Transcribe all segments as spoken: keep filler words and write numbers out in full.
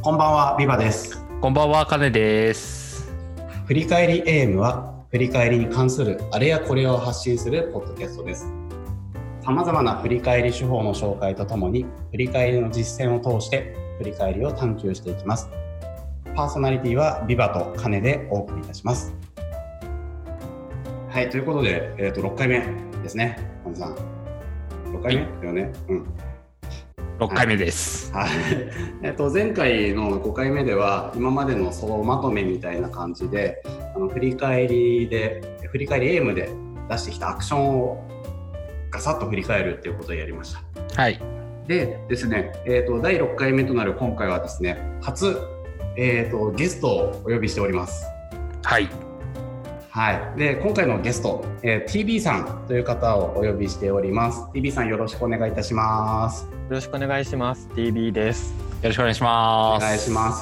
こんばんは、ビバです。 こんばんは、カネです。 振り返りエーエムは、振り返りに関するあれやこれを発信するポッドキャストです。さまざまな振り返り手法の紹介とともに、振り返りの実践を通して振り返りを探求していきます。パーソナリティはビバとカネでお送りいたします。はい、ということで、えーと、ろっかいめですね。カネさん、ろっかいめだよね。うん。 ろっかいめです。 はい。えっと前回のごかいめでは今までの総まとめみたいな感じで、あの振り返りで振り返りエーエムで出してきたアクションをガサッと振り返るっていうことをやりました。 はい。 でですね、えっとだいろっかいめとなる今回はですね、初、えっとゲストをお呼びしております。 はい。 はい。で今回のゲスト、えー、ティービー さんという方をお呼びしております。ティービー さん、よろしくお願いいたします。 よろしくお願いします。ティービー です。 よろしくお願いします。 お願いします。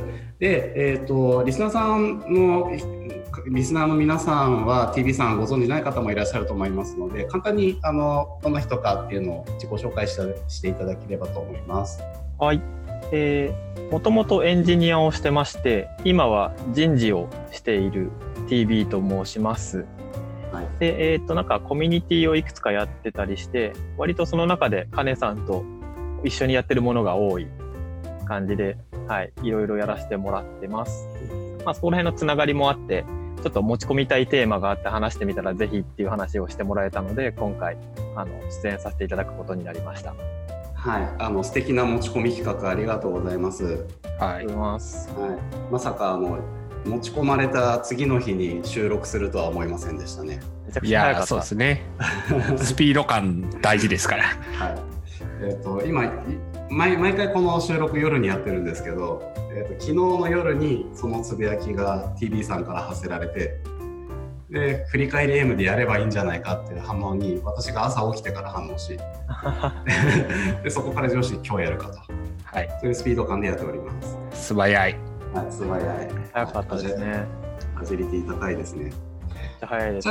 で、えっとリスナーさんのリスナーの皆さんは ティービー さんご存じない方もいらっしゃると思いますので、簡単にあのどんな人かっていうのを自己紹介ししていただければと思います。 はい。えー、もともとエンジニアをしてまして、今は人事をしている ティービー と申します。はい、で、えっとなんかコミュニティをいくつかやってたりして、割とその中でカネさんと一緒にやってるものが多い感じで、はい、いろいろやらせてもらってます。まあ、そこら辺のつながりもあって、ちょっと持ち込みたいテーマがあって話してみたらぜひっていう話をしてもらえたので、今回あの出演させていただくことになりました。 はい、あの素敵な持ち込み企画ありがとうございます。 はい、ありがとうございます。 はい、まさかあの持ち込まれた次の日に収録するとは思いませんでしたね。 めちゃくちゃ早かった。 いや、そうですね。スピード感大事ですから。はい。 えっと今毎毎回この収録夜にやってるんですけど、えーと、昨日の夜にそのつぶやきが ティービー さんから発せられて、で振り返り エーエム でやればいいんじゃないかっていう反応に私が朝起きてから反応しでそこから上司に今日やるかと、はい、そういうスピード感でやっております。 素早い、はい、 素早い、 早かったですね。 アジリティ高いですね。 めっちゃ早いです。 はい。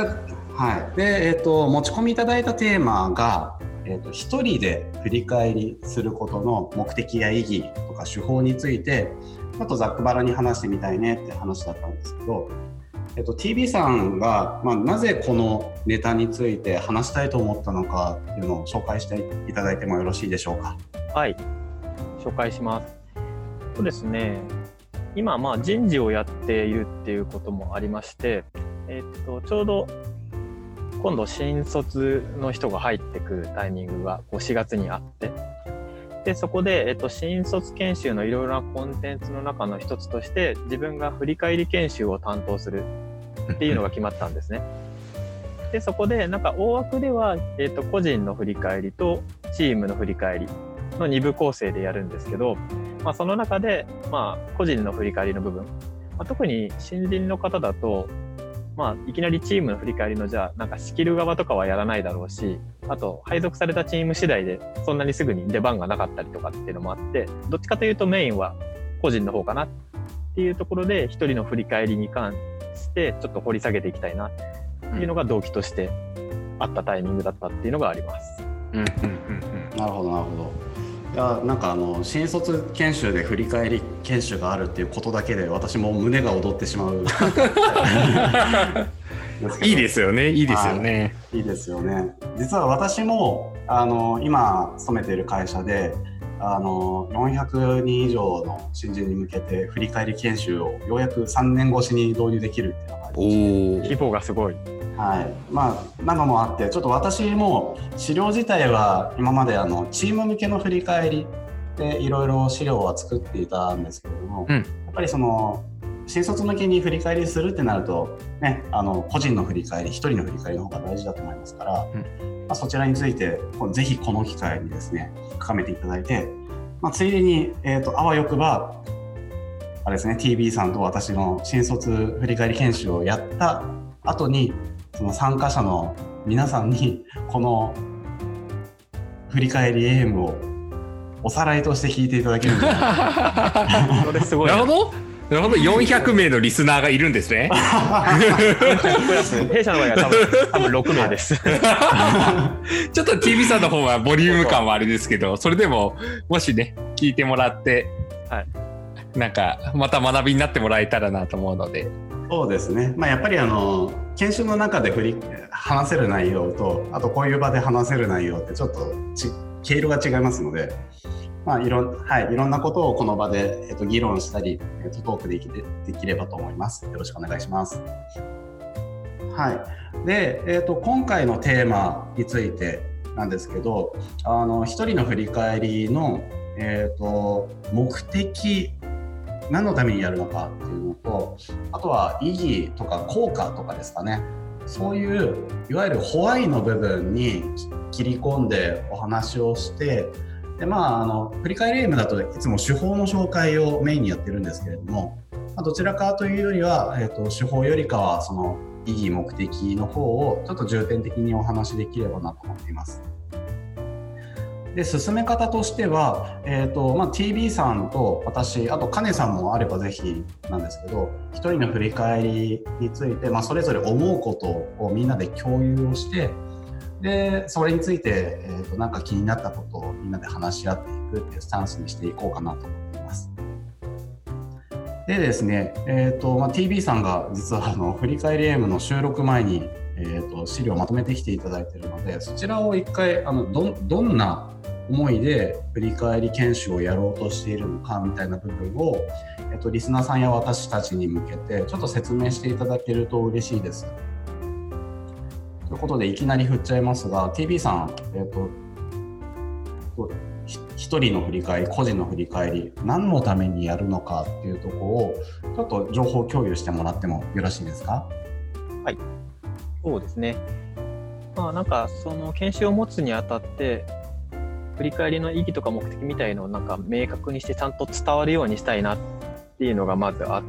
で、えっと持ち込みいただいたテーマが、えっと一人で振り返りすることの目的や意義とか手法についてちょっとざっくばらに話してみたいねって話だったんですけど、えっと ティービー さんが、まあ、なぜこのネタについて話したいと思ったのかっていうのを紹介していただいてもよろしいでしょうか。 はい、紹介します。そうですね。今まあ人事をやっているっていうこともありまして、えっとちょうど今度新卒の人が入ってくるタイミングがしがつにあって、でそこで、えっと、新卒研修のいろいろなコンテンツの中の一つとして自分が振り返り研修を担当するっていうのが決まったんですね。でそこでなんか大枠では、えっと、個人の振り返りとチームの振り返りのに部構成でやるんですけど、まあ、その中で、まあ、個人の振り返りの部分、まあ、特に新人の方だとまあ、いきなりチームの振り返りのじゃあなんか仕切る側とかはやらないだろうし、あと配属されたチーム次第でそんなにすぐに出番がなかったりとかっていうのもあって、どっちかというとメインは個人の方かなっていうところで一人の振り返りに関してちょっと掘り下げていきたいなっていうのが動機としてあったタイミングだったっていうのがあります。 うんうんうんうん、 なるほどなるほど。いやなんかあの新卒研修で振り返り研修があるっていうことだけで私も胸が躍ってしまういいですよねいいですよねいいですよね。実は私もあの今勤めている会社であのよんひゃくにん以上の新人に向けて振り返り研修をようやくさんねん越しに導入できるっていうのがありまして、 規模がすごい。 はい、まあなのもあってちょっと私も資料自体は今まであのチーム向けの振り返りでいろいろ資料は作っていたんですけれども、うん、やっぱりその新卒向けに振り返りするってなると、ね、あの個人の振り返り一人の振り返りの方が大事だと思いますから、うんまあ、そちらについてぜひこの機会にですね深めていただいて、まあ、ついでに、えーと、あわよくばあれですね ティービー さんと私の新卒振り返り研修をやった後にその参加者の皆さんにこの振り返り エーエム をおさらいとして聞いていただけるんじゃないかそれすごいな。 なるほどなるほどよんひゃくめいのリスナーがいるんですね。 弊社の場合は多分、多分ろくめいです。 ちょっと ティービー さんの方はボリューム感はあれですけど、それでももしね聞いてもらって、 はい、 なんかまた学びになってもらえたらなと思うので。 そうですね、まあ、やっぱりあの研修の中で振り話せる内容と、あとこういう場で話せる内容ってちょっとち毛色が違いますので、まあいろんはい、いろんなことをこの場で、えっと、議論したり、えっと、トークできでできればと思います。よろしくお願いします。はい、で、えっと、今回のテーマについてなんですけど、あの一人の振り返りの、えっと、目的、何のためにやるのかっていうのと、あとは意義とか効果とかですかね、そういういわゆるホワイの部分に切り込んでお話をして、で、まあ、あの振り返りゲームだといつも手法の紹介をメインにやってるんですけれども、まあ、どちらかというよりは、えーと、手法よりかはその意義目的の方をちょっと重点的にお話しできればなと思っています。で、進め方としては、えーとまあ、ティービー さんと私、あとカネさんもあればぜひなんですけど、一人の振り返りについて、まあ、それぞれ思うことをみんなで共有をして、でそれについて、えーとなんか気になったことをみんなで話し合っていくっていうスタンスにしていこうかなと思っています。でですね、えーとまあ、ティービー さんが実はあの振り返りゲームの収録前に、えーと資料をまとめてきていただいているので、そちらを一回あの ど, どんな思いで振り返り研修をやろうとしているのかみたいな部分を、えっと、リスナーさんや私たちに向けてちょっと説明していただけると嬉しいです。ということでいきなり振っちゃいますが、 ティービー さん、えっと、一人の振り返り、個人の振り返り、何のためにやるのかっていうところをちょっと情報共有してもらってもよろしいですか？ はい、そうですね。まあなんかその研修を持つにあたって振り返りの意義とか目的みたいのをなんか明確にしてちゃんと伝わるようにしたいなっていうのがまずあって、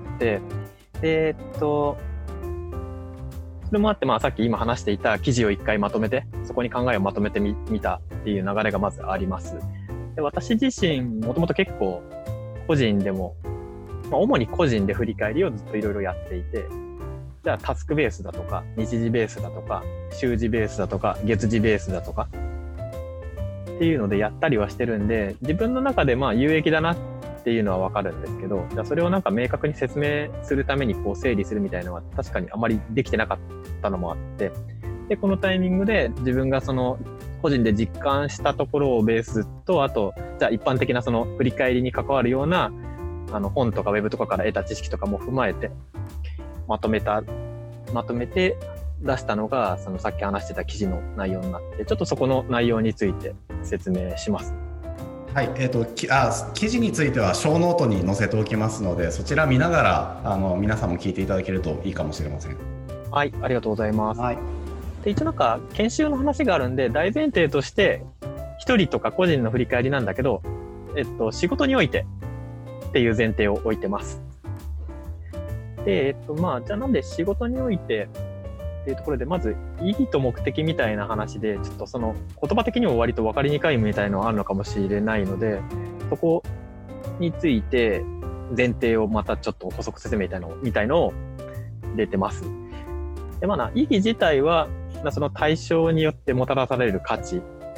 でえっとそれもあって、まあさっき今話していた記事を一回まとめて、そこに考えをまとめてみ見たっていう流れがまずあります。で、私自身もともと結構個人でも、まあ、主に個人で振り返りをずっといろいろやっていて、じゃあタスクベースだとか日時ベースだとか週次ベースだとか月次ベースだとかっていうのでやったりはしてるんで、自分の中でまあ有益だなっていうのはわかるんですけど、じゃあそれをなんか明確に説明するためにこう整理するみたいなのは確かにあまりできてなかったのもあって、でこのタイミングで自分がその個人で実感したところをベースと、あとじゃあ一般的なその振り返りに関わるようなあの本とかウェブとかから得た知識とかも踏まえてまとめたまとめて出したのが、そのさっき話してた記事の内容になって、ちょっとそこの内容について説明します。 はい、えーと、きあ記事についてはショーノートに載せておきますので、そちら見ながらあの皆さんも聞いていただけるといいかもしれません。 はい、ありがとうございます。 はい、 で一応なんか研修の話があるんで、大前提として一人とか個人の振り返りなんだけど、えっと、仕事においてっていう前提を置いてます。で、えっと、まあ、じゃあなんで仕事においてっていうところで、まず意義と目的みたいな話で、ちょっとその言葉的にも割と分かりにくいみたいなのがあるのかもしれないので、そこについて前提をまたちょっと補足説明みたいなのみたいのを出てます。で、まあな、意義自体はその対象によってもたらされる価値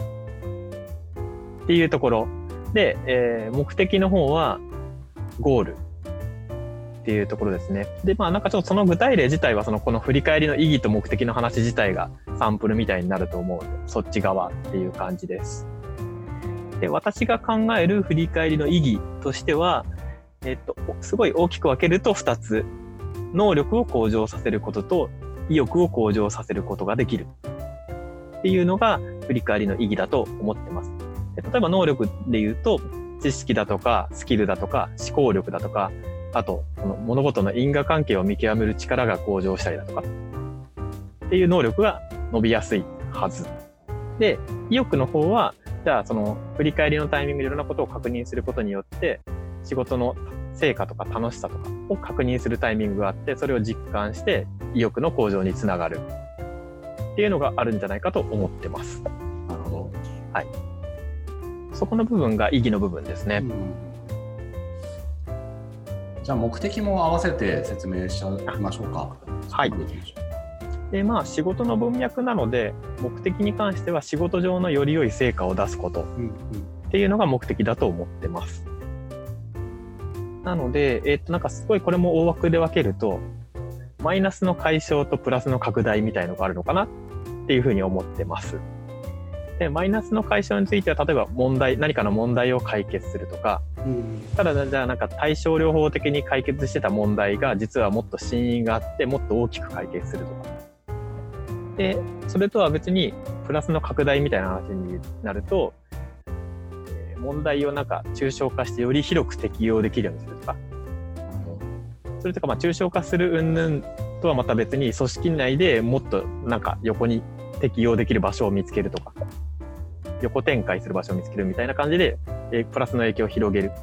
っていうところで、えー、目的の方はゴールっていうところですね。で、まあなんかちょっとその具体例自体はそのこの振り返りの意義と目的の話自体がサンプルみたいになると思うので、そっち側っていう感じです。で、私が考える振り返りの意義としては、えっと、すごい大きく分けるとふたつ。能力を向上させることと意欲を向上させることができるっていうのが振り返りの意義だと思ってます。で、例えば能力で言うと、知識だとかスキルだとか思考力だとか、あとこの物事の因果関係を見極める力が向上したりだとかっていう能力が伸びやすいはずで、意欲の方はじゃあその振り返りのタイミングでいろんなことを確認することによって仕事の成果とか楽しさとかを確認するタイミングがあって、それを実感して意欲の向上につながるっていうのがあるんじゃないかと思ってます。 なるほど。 はい。そこの部分が意義の部分ですね。うん、 じゃあ目的も合わせて説明しちゃいましょうか。 はい。で、まあ仕事の文脈なので、目的に関しては仕事上のより良い成果を出すことっていうのが目的だと思ってます。 なので、えっと、なんかすごいこれも大枠で分けると、マイナスの解消とプラスの拡大みたいのがあるのかなっていうふうに思ってます。で、マイナスの解消については、例えば問題、何かの問題を解決するとか、うん、ただじゃあなんか対症療法的に解決してた問題が実はもっと真因があってもっと大きく解決するとか。で、それとは別にプラスの拡大みたいな話になると、えー、問題をなんか抽象化してより広く適用できるようにするとか。それとかまあ抽象化する云々とはまた別に組織内でもっとなんか横に適用できる場所を見つけるとか、横展開する場所を見つけるみたいな感じで、えー、プラスの影響を広げる。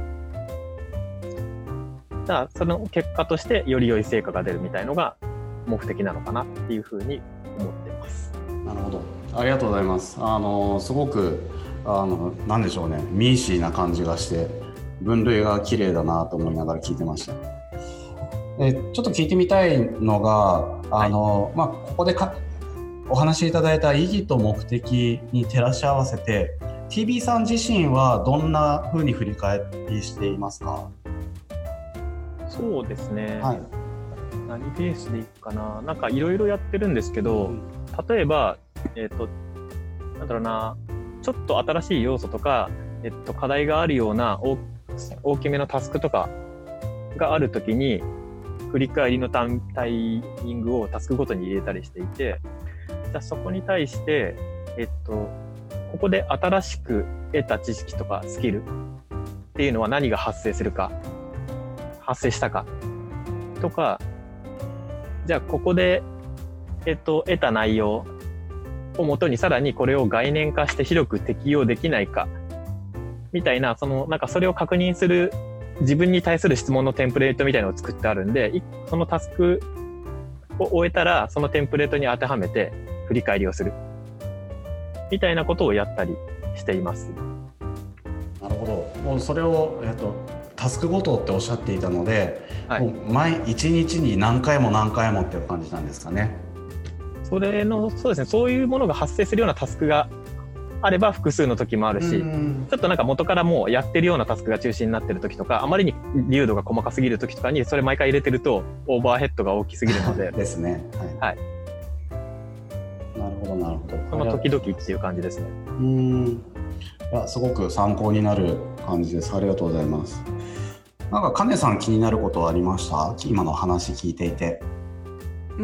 だからその結果としてより良い成果が出るみたいのが目的なのかなっていうふうに思ってます。 なるほど、ありがとうございます。あのすごくあのなんでしょうね、ミーシーな感じがして分類が綺麗だなと思いながら聞いてました。えちょっと聞いてみたいのが、あの、はい、まあ、ここでかお話しいただいた意義と目的に照らし合わせて ティービー さん自身はどんな風に振り返りしていますか？ そうですね、 はい、 何ベースでいくかな。なんかいろいろやってるんですけど、うん、例えば、えっと、なんだろうな、ちょっと新しい要素とか、えっと、課題があるような 大, 大きめのタスクとかがあるときに振り返りのタイミングをタスクごとに入れたりしていて、じゃあそこに対して、えっと、ここで新しく得た知識とかスキルっていうのは何が発生するか、発生したかとか、じゃあここで、えっと、得た内容をもとにさらにこれを概念化して広く適用できないかみたいな、そのなんかそれを確認する自分に対する質問のテンプレートみたいなのを作ってあるんで、そのタスクを終えたらそのテンプレートに当てはめて振り返りをするみたいなことをやったりしています。 なるほど。もうそれを、えっと、タスクごとっておっしゃっていたので、はい、もう毎一日に何回も何回もっていう感じなんですかね。 それのそうですね、そういうものが発生するようなタスクがあれば複数の時もあるし、ちょっとなんか元からもうやってるようなタスクが中心になってる時とか、あまりに流度が細かすぎる時とかにそれ毎回入れてるとオーバーヘッドが大きすぎるのでですね、はい、はい、なるほどなるほど。 その時々っていう感じですね。 うーん、いやすごく参考になる感じです。ありがとうございます。なんか金さん気になることはありました？今の話聞いていて。 うん、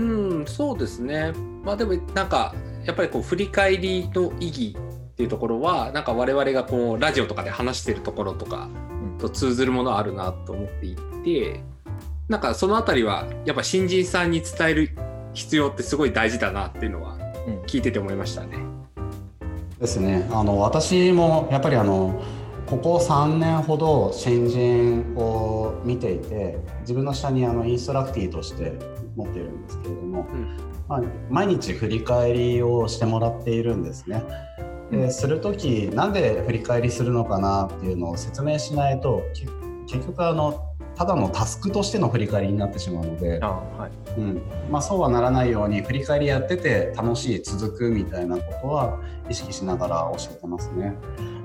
そうですね。まあでもなんかやっぱりこう振り返りの意義っていうところはなんか我々がこうラジオとかで話しているところとかと通ずるものあるなと思っていて、なんかそのあたりはやっぱ新人さんに伝える必要ってすごい大事だなっていうのは聞いてて思いましたね。 うん、ですね。あの私もやっぱりあのここさんねんほど新人を見ていて、自分の下にあのインストラクティーとして持っているんですけれども、うん、まあ、毎日振り返りをしてもらっているんですね。でするときなんで振り返りするのかなっていうのを説明しないと結局あのただのタスクとしての振り返りになってしまうので、あ、はい、うん、まあ、そうはならないように振り返りやってて楽しい、続くみたいなことは意識しながら教えてますね。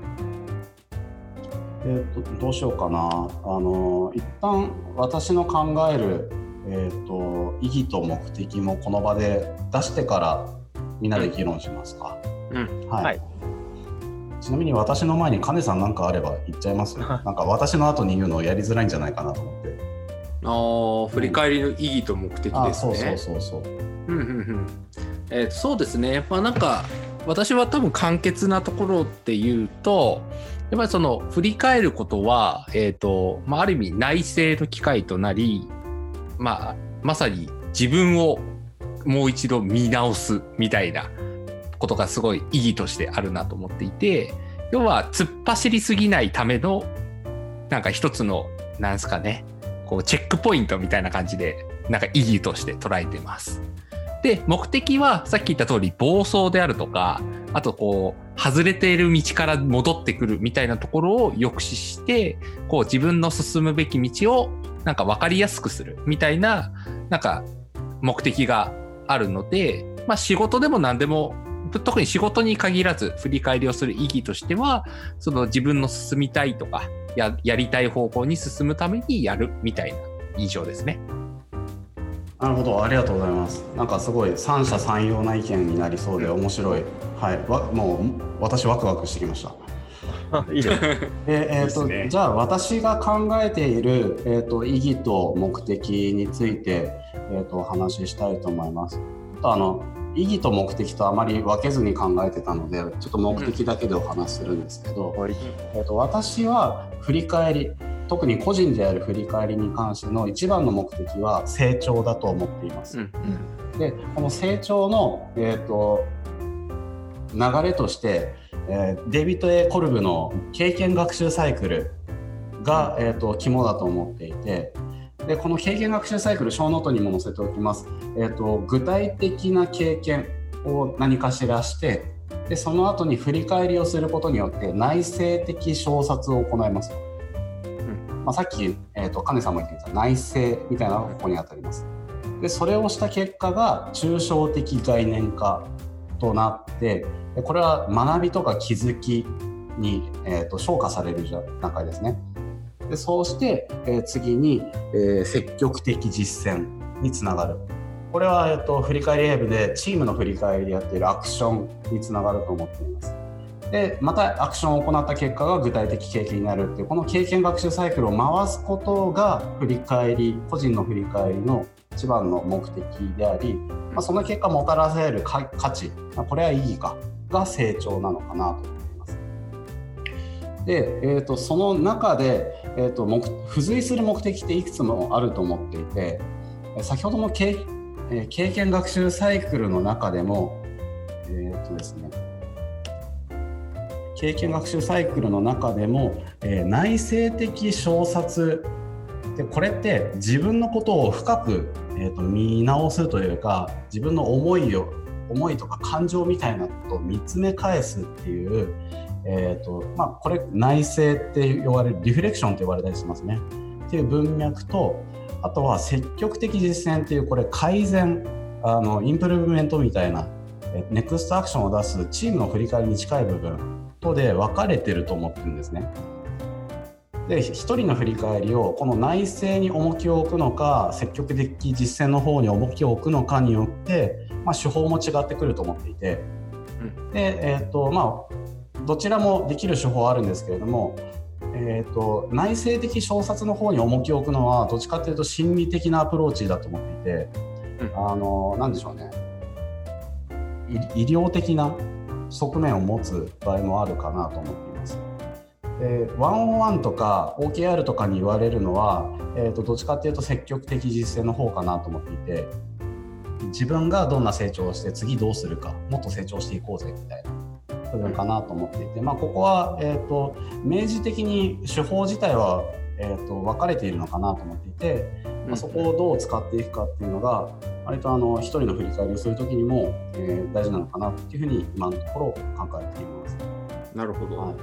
えー、とどうしようかな。あの一旦私の考える、えー、と意義と目的もこの場で出してからみんなで議論しますか。うん、はい、はい、ちなみに私の前に金さんなんかあれば言っちゃいます。なんか私の後に言うのやりづらいんじゃないかなと思って。 ああ、振り返りの意義と目的ですね。あ、 そうそうそうそう。 うんうんうん。えー、そうですね。まあなんか私は多分簡潔なところっていうと、やっぱりその振り返ることは、えーとまあ、ある意味内省の機会となり、まあ、まさに自分をもう一度見直すみたいなことがすごい意義としてあるなと思っていて、要は突っ走りすぎないためのなんか一つのなんですかね、こうチェックポイントみたいな感じでなんか意義として捉えてます。で、目的はさっき言った通り暴走であるとか、あとこう外れている道から戻ってくるみたいなところを抑止して、こう自分の進むべき道をなんか分かりやすくするみたいななんか目的があるので、まあ仕事でも何でも、特に仕事に限らず振り返りをする意義としては、その自分の進みたいとかや、やりたい方向に進むためにやるみたいな印象ですね。 なるほど、ありがとうございます。なんかすごい三者三様な意見になりそうで面白い。はい、わもう私ワクワクしてきました。 いいですね。 えーえーとね、じゃあ私が考えている、えーと、意義と目的について、えーと、お話ししたいと思います。あの意義と目的とあまり分けずに考えてたのでちょっと目的だけでお話しするんですけど、うんえーと、私は振り返り、特に個人である振り返りに関しての一番の目的は成長だと思っています。うんうん、でこの成長の、えーと、流れとしてえー、デイビッド・エー・コルブの経験学習サイクルが、えーと、肝だと思っていて、でこの経験学習サイクル小ノートにも載せておきます。えーと、具体的な経験を何かしらして、でその後に振り返りをすることによって内省的洞察を行います。うんまあ、さっき、えーと、金さんも言っていた内省みたいなのがここに当たります。でそれをした結果が抽象的概念化となって、これは学びとか気づきに、えー、と昇華される段階ですね。でそうして、えー、次に、えー、積極的実践につながる。これは、えー、と振り返り英語でチームの振り返りでやっているアクションにつながると思っています。でまたアクションを行った結果が具体的経験になるっていう、この経験学習サイクルを回すことが振り返り、個人の振り返りの一番の目的であり、まあ、その結果もたらせる価値、まあ、これは意義かが成長なのかなと思います。で、えー、とその中で、えー、と目付随する目的っていくつもあると思っていて、先ほどの 経, 経験学習サイクルの中でも、えーとですね、経験学習サイクルの中でも、えー、内省的洞察で、これって自分のことを深く、えー、と見直すというか、自分の思いを思いとか感情みたいなことを見つめ返すっていう、えーとまあ、これ内省って呼ばれる、リフレクションと呼ばれたりしますねっていう文脈と、あとは積極的実践っていう、これ改善、あのインプルーブメントみたいなネクストアクションを出すチームの振り返りに近い部分とで分かれてると思ってるんですね。で一人の振り返りをこの内省に重きを置くのか、積極的実践の方に重きを置くのかによって、まあ、手法も違ってくると思っていて、うん、で、えーとまあ、どちらもできる手法はあるんですけれども、えーと、内省的洞察の方に重きを置くのはどっちかというと心理的なアプローチだと思っていて、うん、あのなんでしょうね、医療的な側面を持つ場合もあるかなと思っています。でワンオンワンとか オーケーアール とかに言われるのは、えーと、どっちかっていうと積極的実践の方かなと思っていて、自分がどんな成長をして次どうするか、もっと成長していこうぜみたいな部分かなと思っていて、まあ、ここは、えーと、明示的に手法自体は、えーと、分かれているのかなと思っていて、まあ、そこをどう使っていくかっていうのが割とあの一人の振り返りをするときにも、えー、大事なのかなっていうふうに今のところ考えています。 なるほど、はい、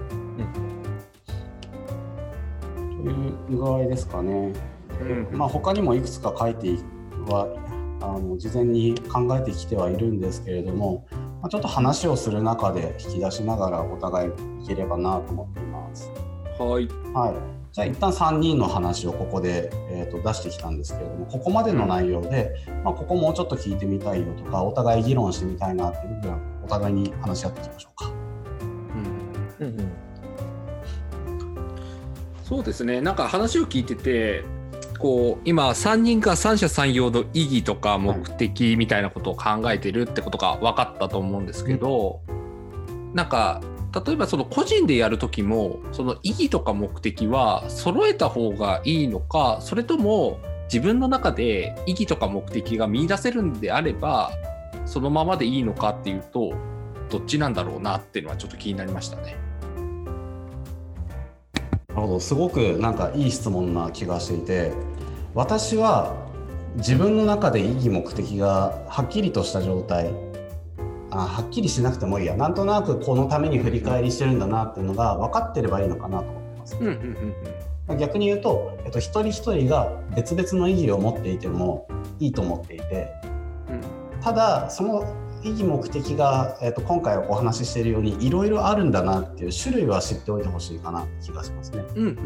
うん、という具合ですかね。うん、まあ、他にもいくつか書いてはあの事前に考えてきてはいるんですけれども、まあ、ちょっと話をする中で引き出しながらお互いいければなと思っています。 はい、 はい、じゃあ一旦さんにんの話をここで、えー、と出してきたんですけれども、ここまでの内容で、まあ、ここもうちょっと聞いてみたいよとか、お互い議論してみたいなっていう部分、お互いに話し合っていきましょうか。 うんうんうん、そうですね、なんか話を聞いてて、こう今さんにんが三者三様の意義とか目的みたいなことを考えてるってことが分かったと思うんですけど、うん、なんか例えばその個人でやるときもその意義とか目的は揃えた方がいいのか、それとも自分の中で意義とか目的が見出せるんであればそのままでいいのかっていうと、どっちなんだろうなっていうのはちょっと気になりましたね。 なるほど、すごくなんかいい質問な気がしていて、私は自分の中で意義目的がはっきりとした状態、あはっきりしなくてもいいや、なんとなくこのために振り返りしてるんだなっていうのが分かってればいいのかなと思ってます。うんうんうん、逆に言うと、えっと、一人一人が別々の意義を持っていてもいいと思っていて、うん、ただその意義目的が、えーと、今回お話ししているようにいろいろあるんだなっていう種類は知っておいてほしいかなって気がしますね。 うんうんうんうん。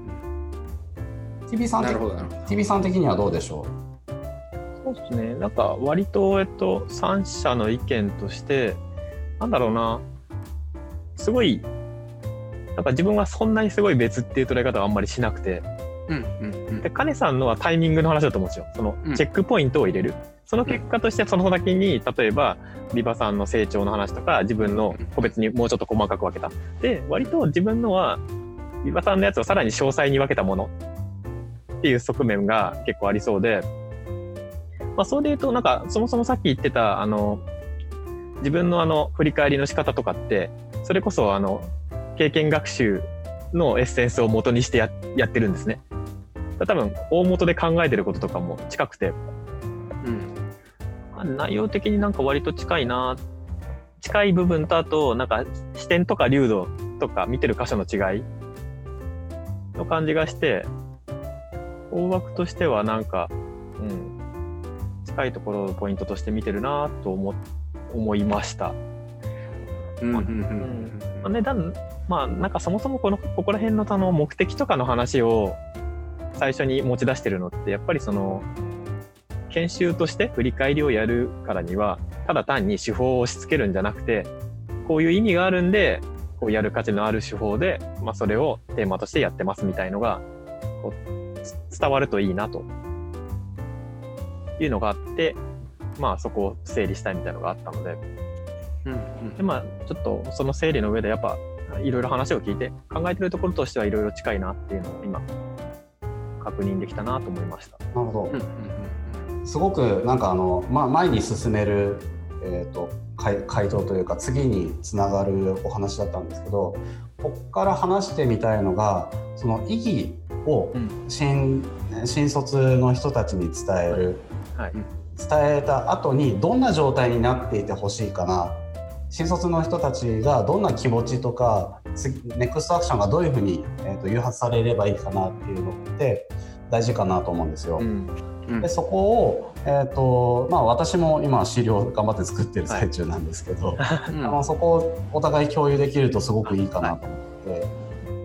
ティービー さん的、ティービー さん的にはどうでしょう？ そうですね。なんか割とえっとさん者の意見としてなんだろうな、すごいなんか自分はそんなにすごい別っていう捉え方はあんまりしなくて、 うんうんうん、 でカネさんのはタイミングの話だと思うんですよ。そのチェックポイントを入れる、うん、その結果としてその先に例えばビバさんの成長の話とか自分の個別にもうちょっと細かく分けた。で割と自分のはビバさんのやつをさらに詳細に分けたものっていう側面が結構ありそうで、まあ、それで言うとなんかそもそもさっき言ってたあの自分のあの振り返りの仕方とかってそれこそあの経験学習のエッセンスを元にして や, やってるんですね。多分大元で考えてることとかも近くて、うん、内容的になんか割と近いな近い部分とあとなんか視点とか流度とか見てる箇所の違いの感じがして大枠としてはなんか、うん、近いところをポイントとして見てるなと 思, 思いました。うんうんうんまあね、だまあなんかそもそもこのここら辺のあの目的とかの話を最初に持ち出してるのってやっぱりその研修として振り返りをやるからにはただ単に手法を押し付けるんじゃなくてこういう意味があるんでこうやる価値のある手法で、まあ、それをテーマとしてやってますみたいのがこう伝わるといいなというのがあってまあそこを整理したいみたいなのがあったので、うんうん、でまあちょっとその整理の上でやっぱいろいろ話を聞いて考えてるところとしてはいろいろ近いなっていうのを今確認できたなと思いました。 なるほど、うん、すごくなんかあの、まあ、前に進める、えーと、回, 回答というか次につながるお話だったんですけどここから話してみたいのがその意義を 新,、うん、新卒の人たちに伝える、はいはい、伝えた後にどんな状態になっていてほしいかな新卒の人たちがどんな気持ちとかネクストアクションがどういうふうに、えーと、誘発されればいいかなっていうのって大事かなと思うんですよ、うんうん、でそこを、えーとまあ、私も今資料頑張って作ってる最中なんですけど、はい、あのそこをお互い共有できるとすごくいいかなと思って、はい、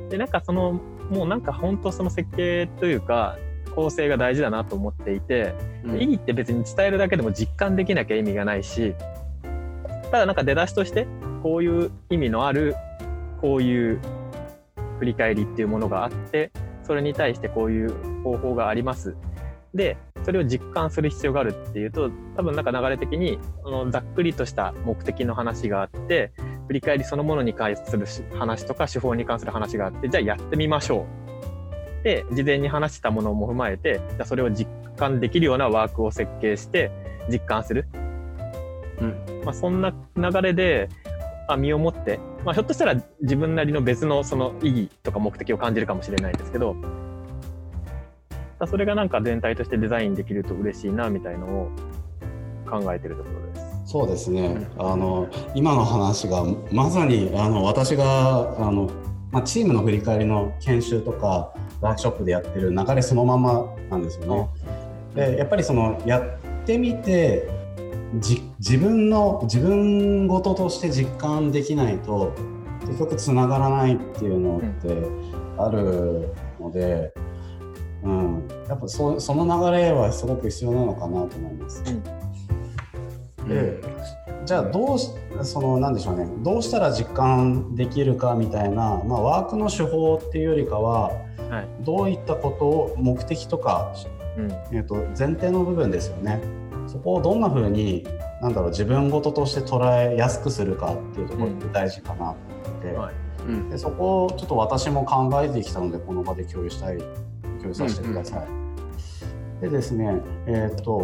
でなんかそのもうなんか本当その設計というか構成が大事だなと思っていて、うん、意義って別に伝えるだけでも実感できなきゃ意味がないしただなんか出だしとしてこういう意味のあるこういう振り返りっていうものがあってそれに対してこういう方法がありますでそれを実感する必要があるっていうと多分なんか流れ的にあのざっくりとした目的の話があって振り返りそのものに関する話とか手法に関する話があってじゃあやってみましょうで事前に話したものも踏まえてじゃあそれを実感できるようなワークを設計して実感する、うんまあ、そんな流れであ身をもって、まあ、ひょっとしたら自分なりの別のその意義とか目的を感じるかもしれないですけどそれがなんか全体としてデザインできると嬉しいなみたいのを考えてるところです。 そうですね、うん、あの今の話がまさにあの私があの、まあ、チームの振り返りの研修とかワークショップでやってる流れそのままなんですよね。でやっぱりそのやってみてじ自分の自分事として実感できないと結局つながらないっていうのってあるので、うん、やっぱ そ, その流れはすごく必要なのかなと思います。うん、でじゃあどうしそのなんでしょうねどうしたら実感できるかみたいな、まあ、ワークの手法っていうよりかは、はい、どういったことを目的とか、うんえー、と前提の部分ですよね。そこをどんな風になんだろう自分事として捉えやすくするかっていうところって大事かなと思って、うんはいうん、でそこをちょっと私も考えてきたのでこの場で共有したい共有させてください、うんうん、でですねえっと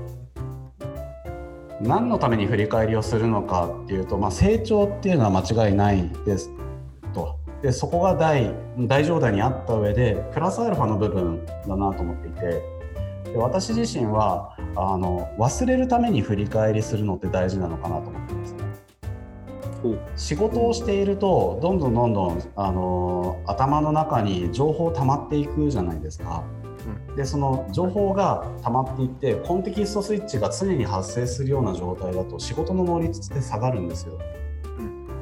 何のために振り返りをするのかっていうと、まあ、成長っていうのは間違いないですとでそこが 大, 大上代にあった上でプラスアルファの部分だなと思っていてで私自身はあの忘れるために振り返りするのって大事なのかなと思ってますね。仕事をしているとどんどんどんどんあの頭の中に情報溜まっていくじゃないですか。 うん、でその情報が溜まっていってコンテキストスイッチが常に発生するような状態だと仕事の能率って下がるんですよ。うん、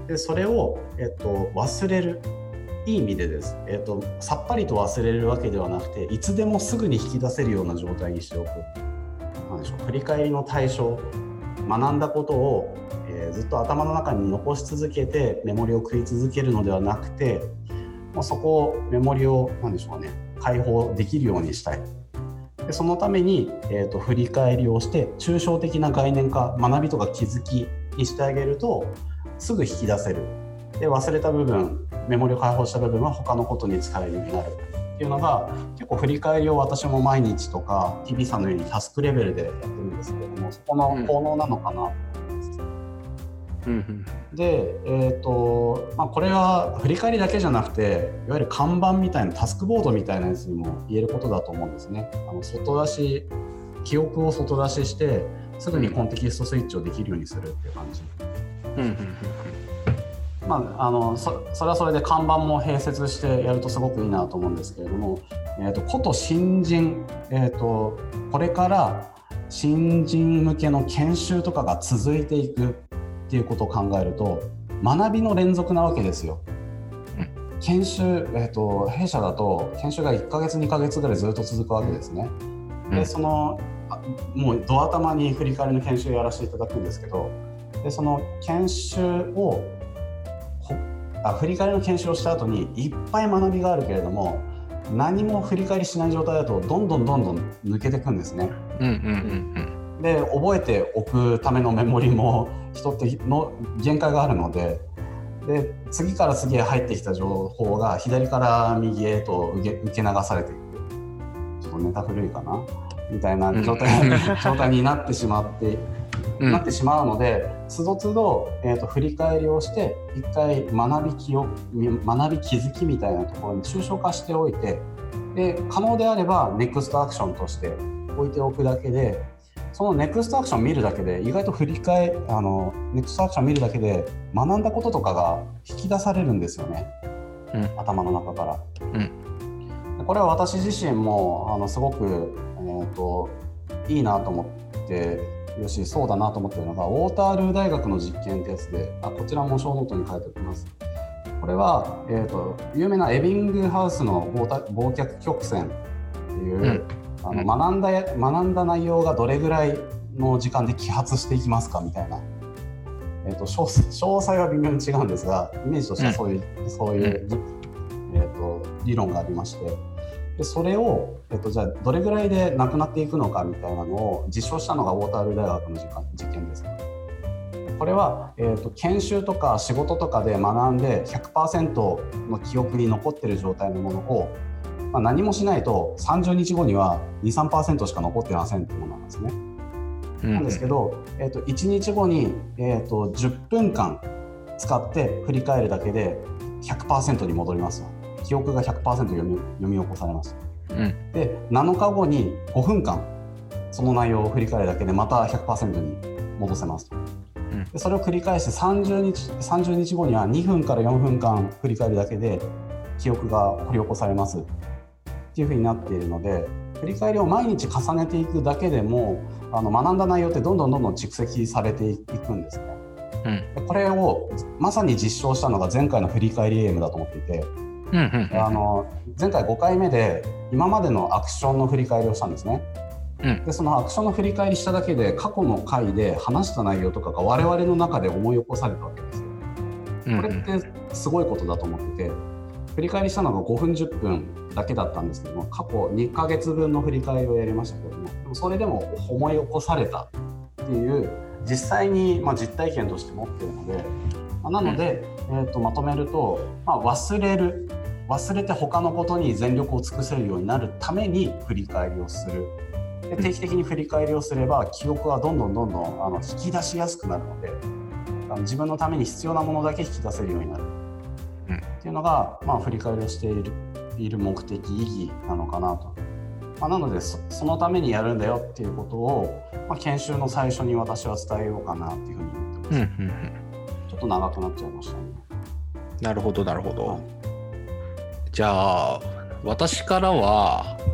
でそれを、えっと、忘れるいい意味でです、えっと、さっぱりと忘れるわけではなくていつでもすぐに引き出せるような状態にしておく。なんでしょう、振り返りの対象、学んだことを、えー、ずっと頭の中に残し続けてメモリを食い続けるのではなくて、もうそこをメモリをなんでしょうね、解放できるようにしたい。でそのために、えーと、振り返りをして抽象的な概念化、学びとか気づきにしてあげるとすぐ引き出せる。で忘れた部分、メモリを解放した部分は他のことに使えるようになるっていうのが、結構振り返りを私も毎日とか日々さんのようにタスクレベルでやってるんですけれども、そこの効能なのかなと思います。うんうん、で、えーとまあ、これは振り返りだけじゃなくて、いわゆる看板みたいなタスクボードみたいなやつにも言えることだと思うんですね。あの外出し、記憶を外出ししてすぐにコンテキストスイッチをできるようにするっていう感じ。うんうんうんうん、まあ、あの そ, それはそれで看板も併設してやるとすごくいいなと思うんですけれども、えーと、こと新人、えーと、これから新人向けの研修とかが続いていくっていうことを考えると、学びの連続なわけですよ。研修、えーと、弊社だと研修がいっかげつにかげつぐらいずっと続くわけですね。でそのもうド頭に振り返りの研修をやらせていただくんですけど、でその研修をあ振り返りの研修をした後にいっぱい学びがあるけれども、何も振り返りしない状態だとどんどんどんどん抜けていくんですね。うんうんうんうん、で覚えておくためのメモリも人っての限界があるので、で次から次へ入ってきた情報が左から右へと受け、受け流されていく、ちょっとネタ古いかなみたいな状態、うん、状態になってしまってうん、なってしまうので、つどつど、えーと、振り返りをして一回学び記憶、学び気づきみたいなところに抽象化しておいて、で可能であればネクストアクションとして置いておくだけで、そのネクストアクション見るだけで意外と振り返あのネクストアクション見るだけで学んだこととかが引き出されるんですよね、うん、頭の中から、うん、これは私自身もあのすごく、えーと、いいなと思ってよしそうだなと思っているのが、ウォータールー大学の実験ってやつで、あこちらもショーノートに書いておきます。これは、えーと、有名なエビングハウスの忘却曲線っていう、うん、あの学んだ、学んだ内容がどれぐらいの時間で揮発していきますかみたいな、えーと、詳, 詳細は微妙に違うんですが、イメージとしてはそういう、うん、そういう、えーと、理論がありまして、でそれを、えっと、じゃあどれぐらいでなくなっていくのかみたいなのを実証したのがウォータールー大学の実験です。これは、えっと、研修とか仕事とかで学んで ひゃくパーセント の記憶に残っている状態のものを、まあ、何もしないとさんじゅうにちごには にじゅうさんパーセント しか残ってませんっていうものなんですね。うん、なんですけど、えっと、いちにちごに、えっと、じゅっぷんかん使って振り返るだけで ひゃくパーセント に戻りますよ。記憶が ひゃくパーセント 読み、読み起こされます、うん、でなのかごにごふんかんその内容を振り返るだけでまた ひゃくパーセント に戻せます、うん、でそれを繰り返してさんじゅうにち、さんじゅうにちごにはにふんからよんふんかん振り返るだけで記憶が掘り起こされますっていう風になっているので、振り返りを毎日重ねていくだけでもあの学んだ内容ってどんどんどんどん蓄積されていくんですね、うん、でこれをまさに実証したのが前回の振り返り エーエム だと思っていて、うんうんうん、あの前回ごかいめで今までのアクションの振り返りをしたんですね、うん、でそのアクションの振り返りしただけで過去の回で話した内容とかが我々の中で思い起こされたわけですよ、うんうん、これってすごいことだと思ってて、振り返りしたのがごふんじゅっぷんだけだったんですけども、過去にかげつぶんの振り返りをやりましたけども、でもそれでも思い起こされたっていう実際に、まあ、実体験として持っているので、なので、えー、とまとめると、まあ、忘れる忘れて他のことに全力を尽くせるようになるために振り返りをする。で定期的に振り返りをすれば記憶はどんどんどんどんあの引き出しやすくなるので、あの自分のために必要なものだけ引き出せるようになる、うん、っていうのが、まあ、振り返りをしている、いる目的意義なのかなと、まあ、なので そ, そのためにやるんだよっていうことを、まあ、研修の最初に私は伝えようかなっていうふうに思ってます、うんうんうん、ちょっと長くなっちゃいましたね。 なるほどなるほど、はい、じゃあ私からは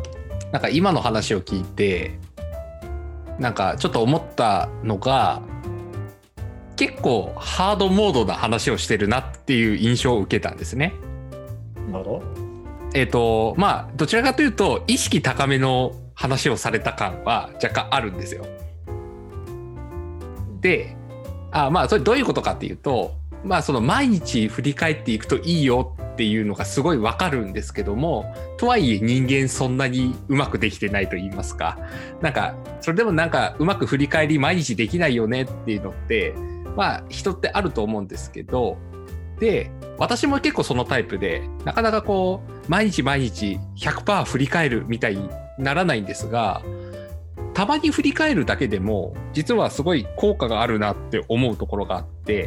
なんか今の話を聞いてなんかちょっと思ったのが、結構ハードモードな話をしてるなっていう印象を受けたんですね。 なるほど。 えっとまあどちらかというと意識高めの話をされた感は若干あるんですよ。で、あまあそれどういうことかっていうと、まあその毎日振り返っていくといいよっていうのがすごいわかるんですけども、とはいえ人間そんなにうまくできてないと言いますか、なんかそれでもなんかうまく振り返り毎日できないよねっていうのってまあ人ってあると思うんですけど、で私も結構そのタイプでなかなかこう毎日毎日 ひゃくパーセント 振り返るみたいにならないんですが、たまに振り返るだけでも実はすごい効果があるなって思うところがあって、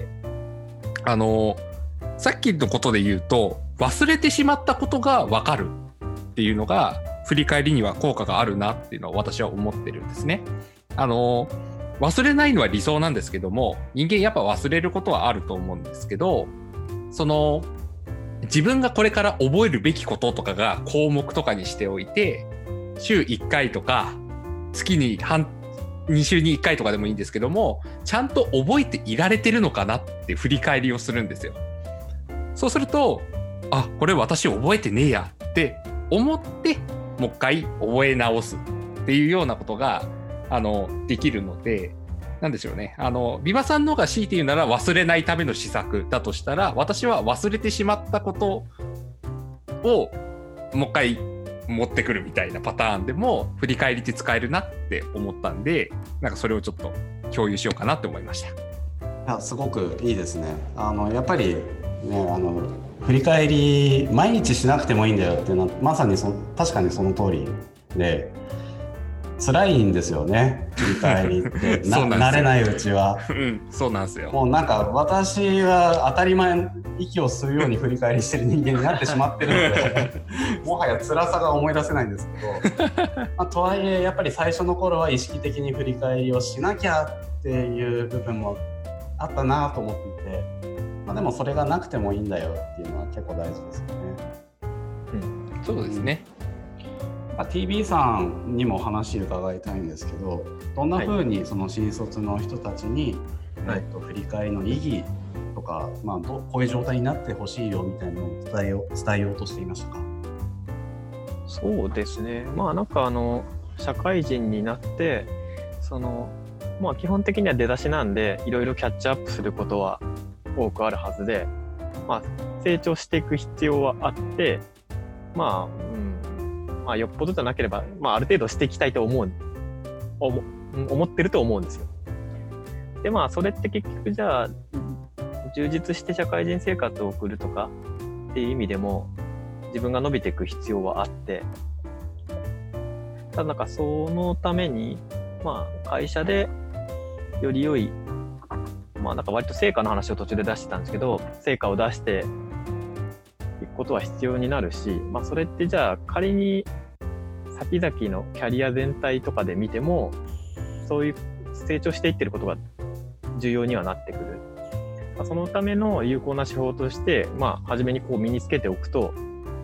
あのさっきのことで言うと忘れてしまったことが分かるっていうのが振り返りには効果があるなっていうのを私は思ってるんですね。あの忘れないのは理想なんですけども、人間やっぱ忘れることはあると思うんですけど、その自分がこれから覚えるべきこととかが項目とかにしておいて、週いっかいとか月に半に週にいっかいとかでもいいんですけども、ちゃんと覚えていられてるのかなって振り返りをするんですよ。そうすると、あ、これ私覚えてねえやって思ってもう一回覚え直すっていうようなことがあのできるので、なんでしょうね、あのビバさんの方が強いて言うなら忘れないための施策だとしたら、私は忘れてしまったことをもう一回持ってくるみたいなパターンでも振り返りって使えるなって思ったんで、なんかそれをちょっと共有しようかなって思いました。 いやすごくいいですね。あのやっぱりね、あの振り返り毎日しなくてもいいんだよっていうのはまさにそ確かにその通りで、辛いんですよね振り返りってな慣れないうちは、 うん、そうなんですよ。 もうなんか私は当たり前息を吸うように振り返りしてる人間になってしまってるのでもはや辛さが思い出せないんですけどまあ、とはいえやっぱり最初の頃は意識的に振り返りをしなきゃっていう部分もあったなと思っていて、まあ、でもそれがなくてもいいんだよっていうのは結構大事ですよね。 うん、そうですね。 ティービー さんにも話伺いたいんですけど、どんな風にその新卒の人たちに、はい、えっと、振り返りの意義とか、まあ、どこういう状態になってほしいよみたいなのを伝えよう、伝えようとしていましたか？ そうですね、まあなんかあの社会人になってその、まあ、基本的には出だしなんでいろいろキャッチアップすることは多くあるはずで、まあ、成長していく必要はあって、まあ、うんまあ、よっぽどじゃなければ、まあ、ある程度していきたいと思う思思ってると思うんですよ。でまあそれって結局じゃあ充実して社会人生活を送るとかっていう意味でも自分が伸びていく必要はあって、ただなんかそのためにまあ会社でより良い、まあなんか割と成果の話を途中で出してたんですけど、成果を出していくことは必要になるし、まあそれってじゃあ仮に先々のキャリア全体とかで見てもそういう成長していってることが重要にはなってくる。まあ、そのための有効な手法として、まあ初めにこう身につけておくと、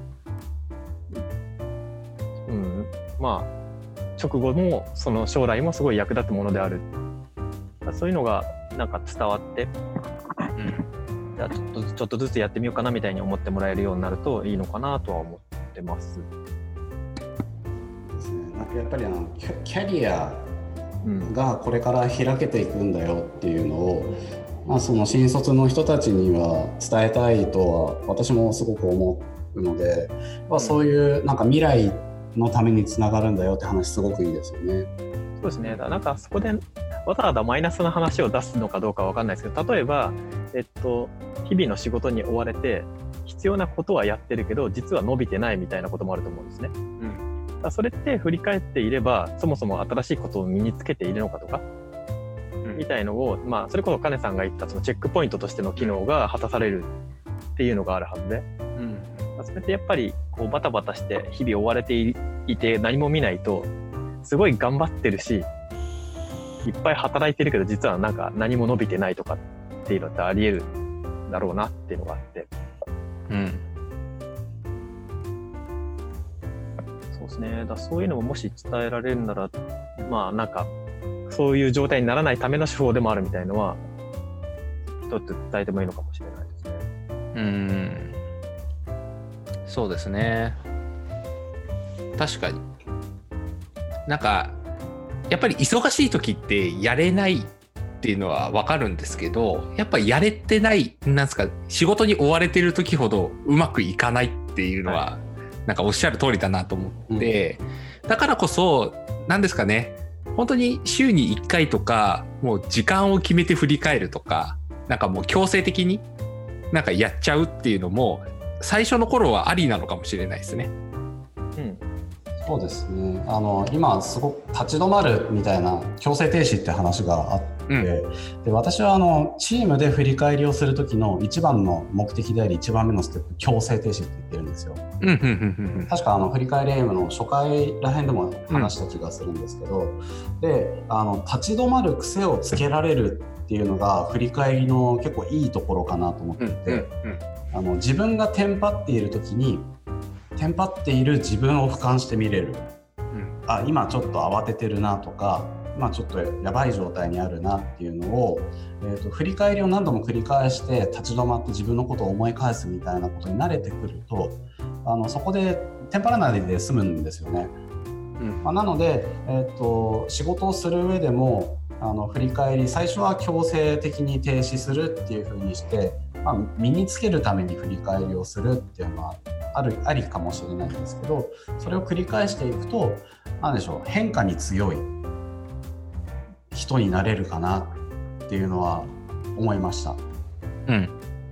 うん、まあ直後もその将来もすごい役立つものである。そういうのがなんか伝わって、うん、じゃあちょっとちょっとずつやってみようかなみたいに思ってもらえるようになるといいのかなとは思ってます。 ですね。なんかやっぱりあのキャリアがこれから開けていくんだよっていうのを、まあ、その新卒の人たちには伝えたいとは私もすごく思うので、まあ、そういうなんか未来のためにつながるんだよって話すごくいいですよね。 そうですね。だからなんかそこでわざわざマイナスな話を出すのかどうかわかんないですけど、例えば、えっと、日々の仕事に追われて必要なことはやってるけど実は伸びてないみたいなこともあると思うんですね。うん、だからそれって振り返っていればそもそも新しいことを身につけているのかとか、うん、みたいのを、まあ、それこそ金さんが言ったそのチェックポイントとしての機能が果たされるっていうのがあるはずで、うん、それってやっぱりこうバタバタして日々追われていて何も見ないとすごい頑張ってるしいっぱい働いてるけど実はなんか何も伸びてないとかっていうのってあり得るだろうなっていうのがあって、うん、 そうですね。だそういうのももし伝えられるなら、まあなんかそういう状態にならないための手法でもあるみたいのは一つ伝えてもいいのかもしれないですね。 うーん、そうですね。確かに。なんかやっぱり忙しい時ってやれないっていうのは分かるんですけど、やっぱやれてないなんですか、仕事に追われてる時ほどうまくいかないっていうのは、はい、なんかおっしゃる通りだなと思って、うん、だからこそなんですかね、本当に週にいっかいとかもう時間を決めて振り返るとか、なんかもう強制的になんかやっちゃうっていうのも最初の頃はありなのかもしれないですね。 うん、そうですね。あの今すごく立ち止まるみたいな強制停止って話があって、うん、で私はあのチームで振り返りをする時の一番の目的であり一番目のステップ、強制停止って言ってるんですよ。うんうんうんうん、確かあの振り返りエイムの初回らへんでも話した気がするんですけど、うん、であの立ち止まる癖をつけられるっていうのが振り返りの結構いいところかなと思っていて、うんうんうん、あの自分がテンパっている時にテンパっている自分を俯瞰して見れる、うん、あ今ちょっと慌ててるなとか、まあ、ちょっとやばい状態にあるなっていうのを、えーと、振り返りを何度も繰り返して立ち止まって自分のことを思い返すみたいなことに慣れてくると、あのそこでテンパらないで済むんですよね。うんまあ、なので、えーと、仕事をする上でもあの振り返り最初は強制的に停止するっていう風にして、まあ、身につけるために振り返りをするっていうのはある、ありかもしれないんですけど、それを繰り返していくと何でしょう、変化に強い人になれるかなっていうのは思いました。うん、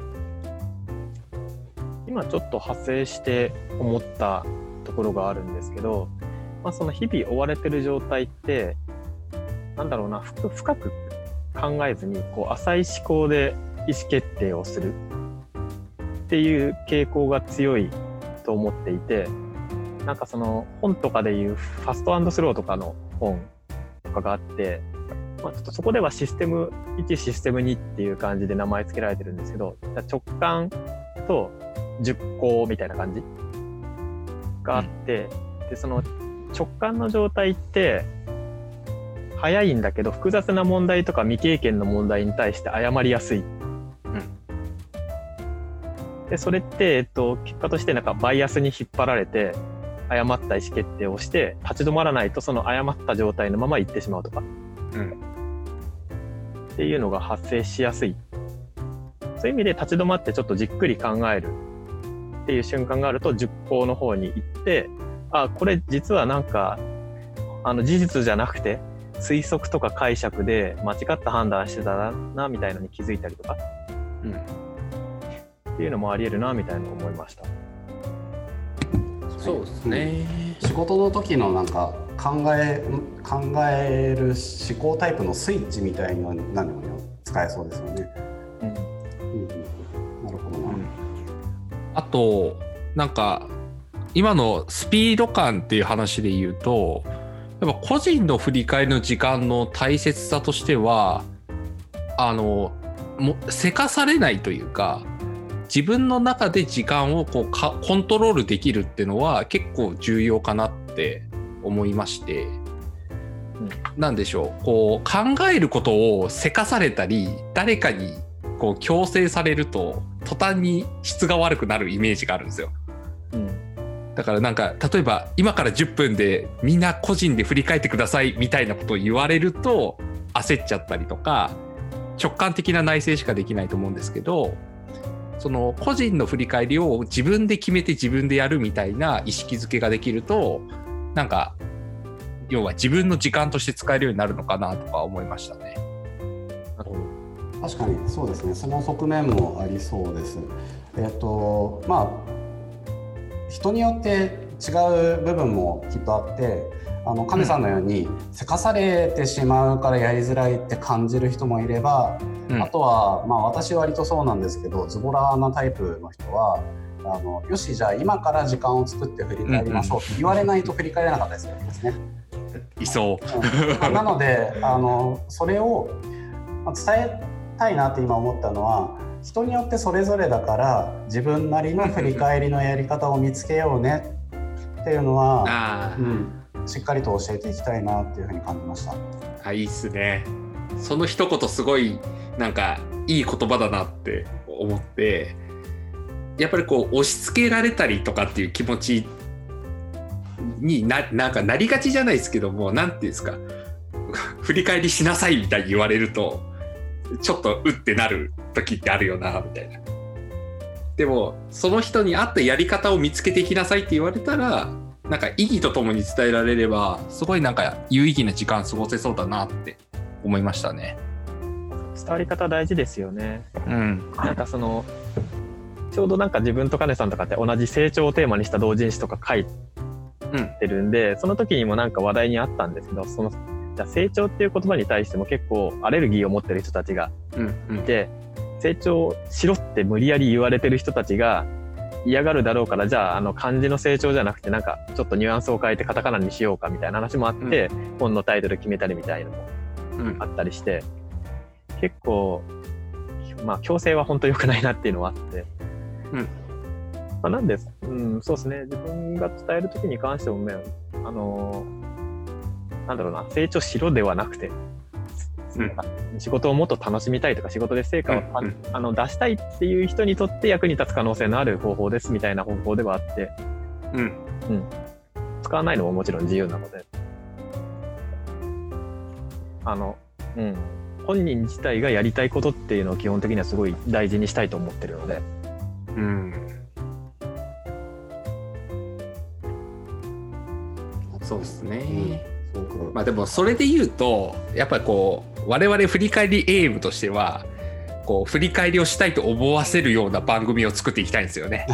今ちょっと派生して思ったところがあるんですけど、まあ、その日々追われてる状態ってなんだろうな、深く考えずにこう浅い思考で意思決定をするっていう傾向が強いと思っていて、なんかその本とかでいうファスト&スローとかの本とかがあって、まあ、ちょっとそこではシステムいちシステムにっていう感じで名前付けられてるんですけど、直感と熟考みたいな感じがあって、うん、でその直感の状態って早いんだけど複雑な問題とか未経験の問題に対して誤りやすい、うん、でそれって、えっと、結果としてなんかバイアスに引っ張られて誤った意思決定をして立ち止まらないとその誤った状態のまま行ってしまうとか、うん、っていうのが発生しやすい。そういう意味で立ち止まってちょっとじっくり考えるっていう瞬間があると熟考の方に行って、あ、これ実はなんかあの事実じゃなくて推測とか解釈で間違った判断してたなみたいなのに気づいたりとか、うん、っていうのもあり得るなみたいなのを思いました。 そうですね、 うん、仕事の時のなんか考え考える思考タイプのスイッチみたいなのに使えそうですよね。うんうん、なるほどな、うん、 あとなんか今のスピード感っていう話で言うと、やっぱ個人の振り返りの時間の大切さとしては、あのもせかされないというか、自分の中で時間をこうかコントロールできるっていうのは結構重要かなって思いまして、うん、なんでしょう、こう考えることをせかされたり誰かにこう強制されると途端に質が悪くなるイメージがあるんですよ。うん、だからなんか例えば今からじゅっぷんでみんな個人で振り返ってくださいみたいなことを言われると焦っちゃったりとか、直感的な内省しかできないと思うんですけど、その個人の振り返りを自分で決めて自分でやるみたいな意識づけができると、なんか要は自分の時間として使えるようになるのかなとか思いましたね。 なるほど、確かにそうですね、その側面もありそうです。えっとまあ人によって違う部分もきっとあって、あの亀さんのようにせかされてしまうからやりづらいって感じる人もいれば、うん、あとは、まあ、私割とそうなんですけどズボラなタイプの人はあのよしじゃあ今から時間を作って振り返りましょうって言われないと振り返れなかったりするんですね。 いそう、 うん、なのであのそれを伝えたいなって今思ったのは、人によってそれぞれだから自分なりの振り返りのやり方を見つけようねっていうのは、うん、しっかりと教えていきたいなっていうふうに感じました。 あ、いいっすね。その一言すごいなんかいい言葉だなって思って、やっぱりこう押し付けられたりとかっていう気持ちに な, なんかなりがちじゃないですけども、なんていうんですか、振り返りしなさいみたいに言われるとちょっとうってなる時ってあるよなみたいな。でもその人に合ったやり方を見つけていきなさいって言われたら、なんか意義とともに伝えられればすごいなんか有意義な時間過ごせそうだなって思いましたね。 伝わり方大事ですよね。 うん。 なんかそのちょうどなんか自分と金さんとかって同じ成長をテーマにした同人誌とか書いてるんで、うん、その時にもなんか話題にあったんですけど、そのじゃあ成長っていう言葉に対しても結構アレルギーを持ってる人たちがいて、うんうん、成長しろって無理やり言われてる人たちが嫌がるだろうから、じゃああの漢字の成長じゃなくてなんかちょっとニュアンスを変えてカタカナにしようかみたいな話もあって、うん、本のタイトル決めたりみたいなのもあったりして、うん、結構まあ強制は本当良くないなっていうのはあって、うんまあ、なんで、うん、そうですね、自分が伝える時に関してもね、あのなんだろうな、成長しろではなくて、うん、仕事をもっと楽しみたいとか仕事で成果を、うんうん、あの出したいっていう人にとって役に立つ可能性のある方法ですみたいな方法ではあって、うんうん、使わないのももちろん自由なので、あの、うん、本人自体がやりたいことっていうのを基本的にはすごい大事にしたいと思ってるので、うん、 そうですね、うん、まあでもそれで言うとやっぱりこう我々振り返りエイムとしてはこう振り返りをしたいと思わせるような番組を作っていきたいんですよね。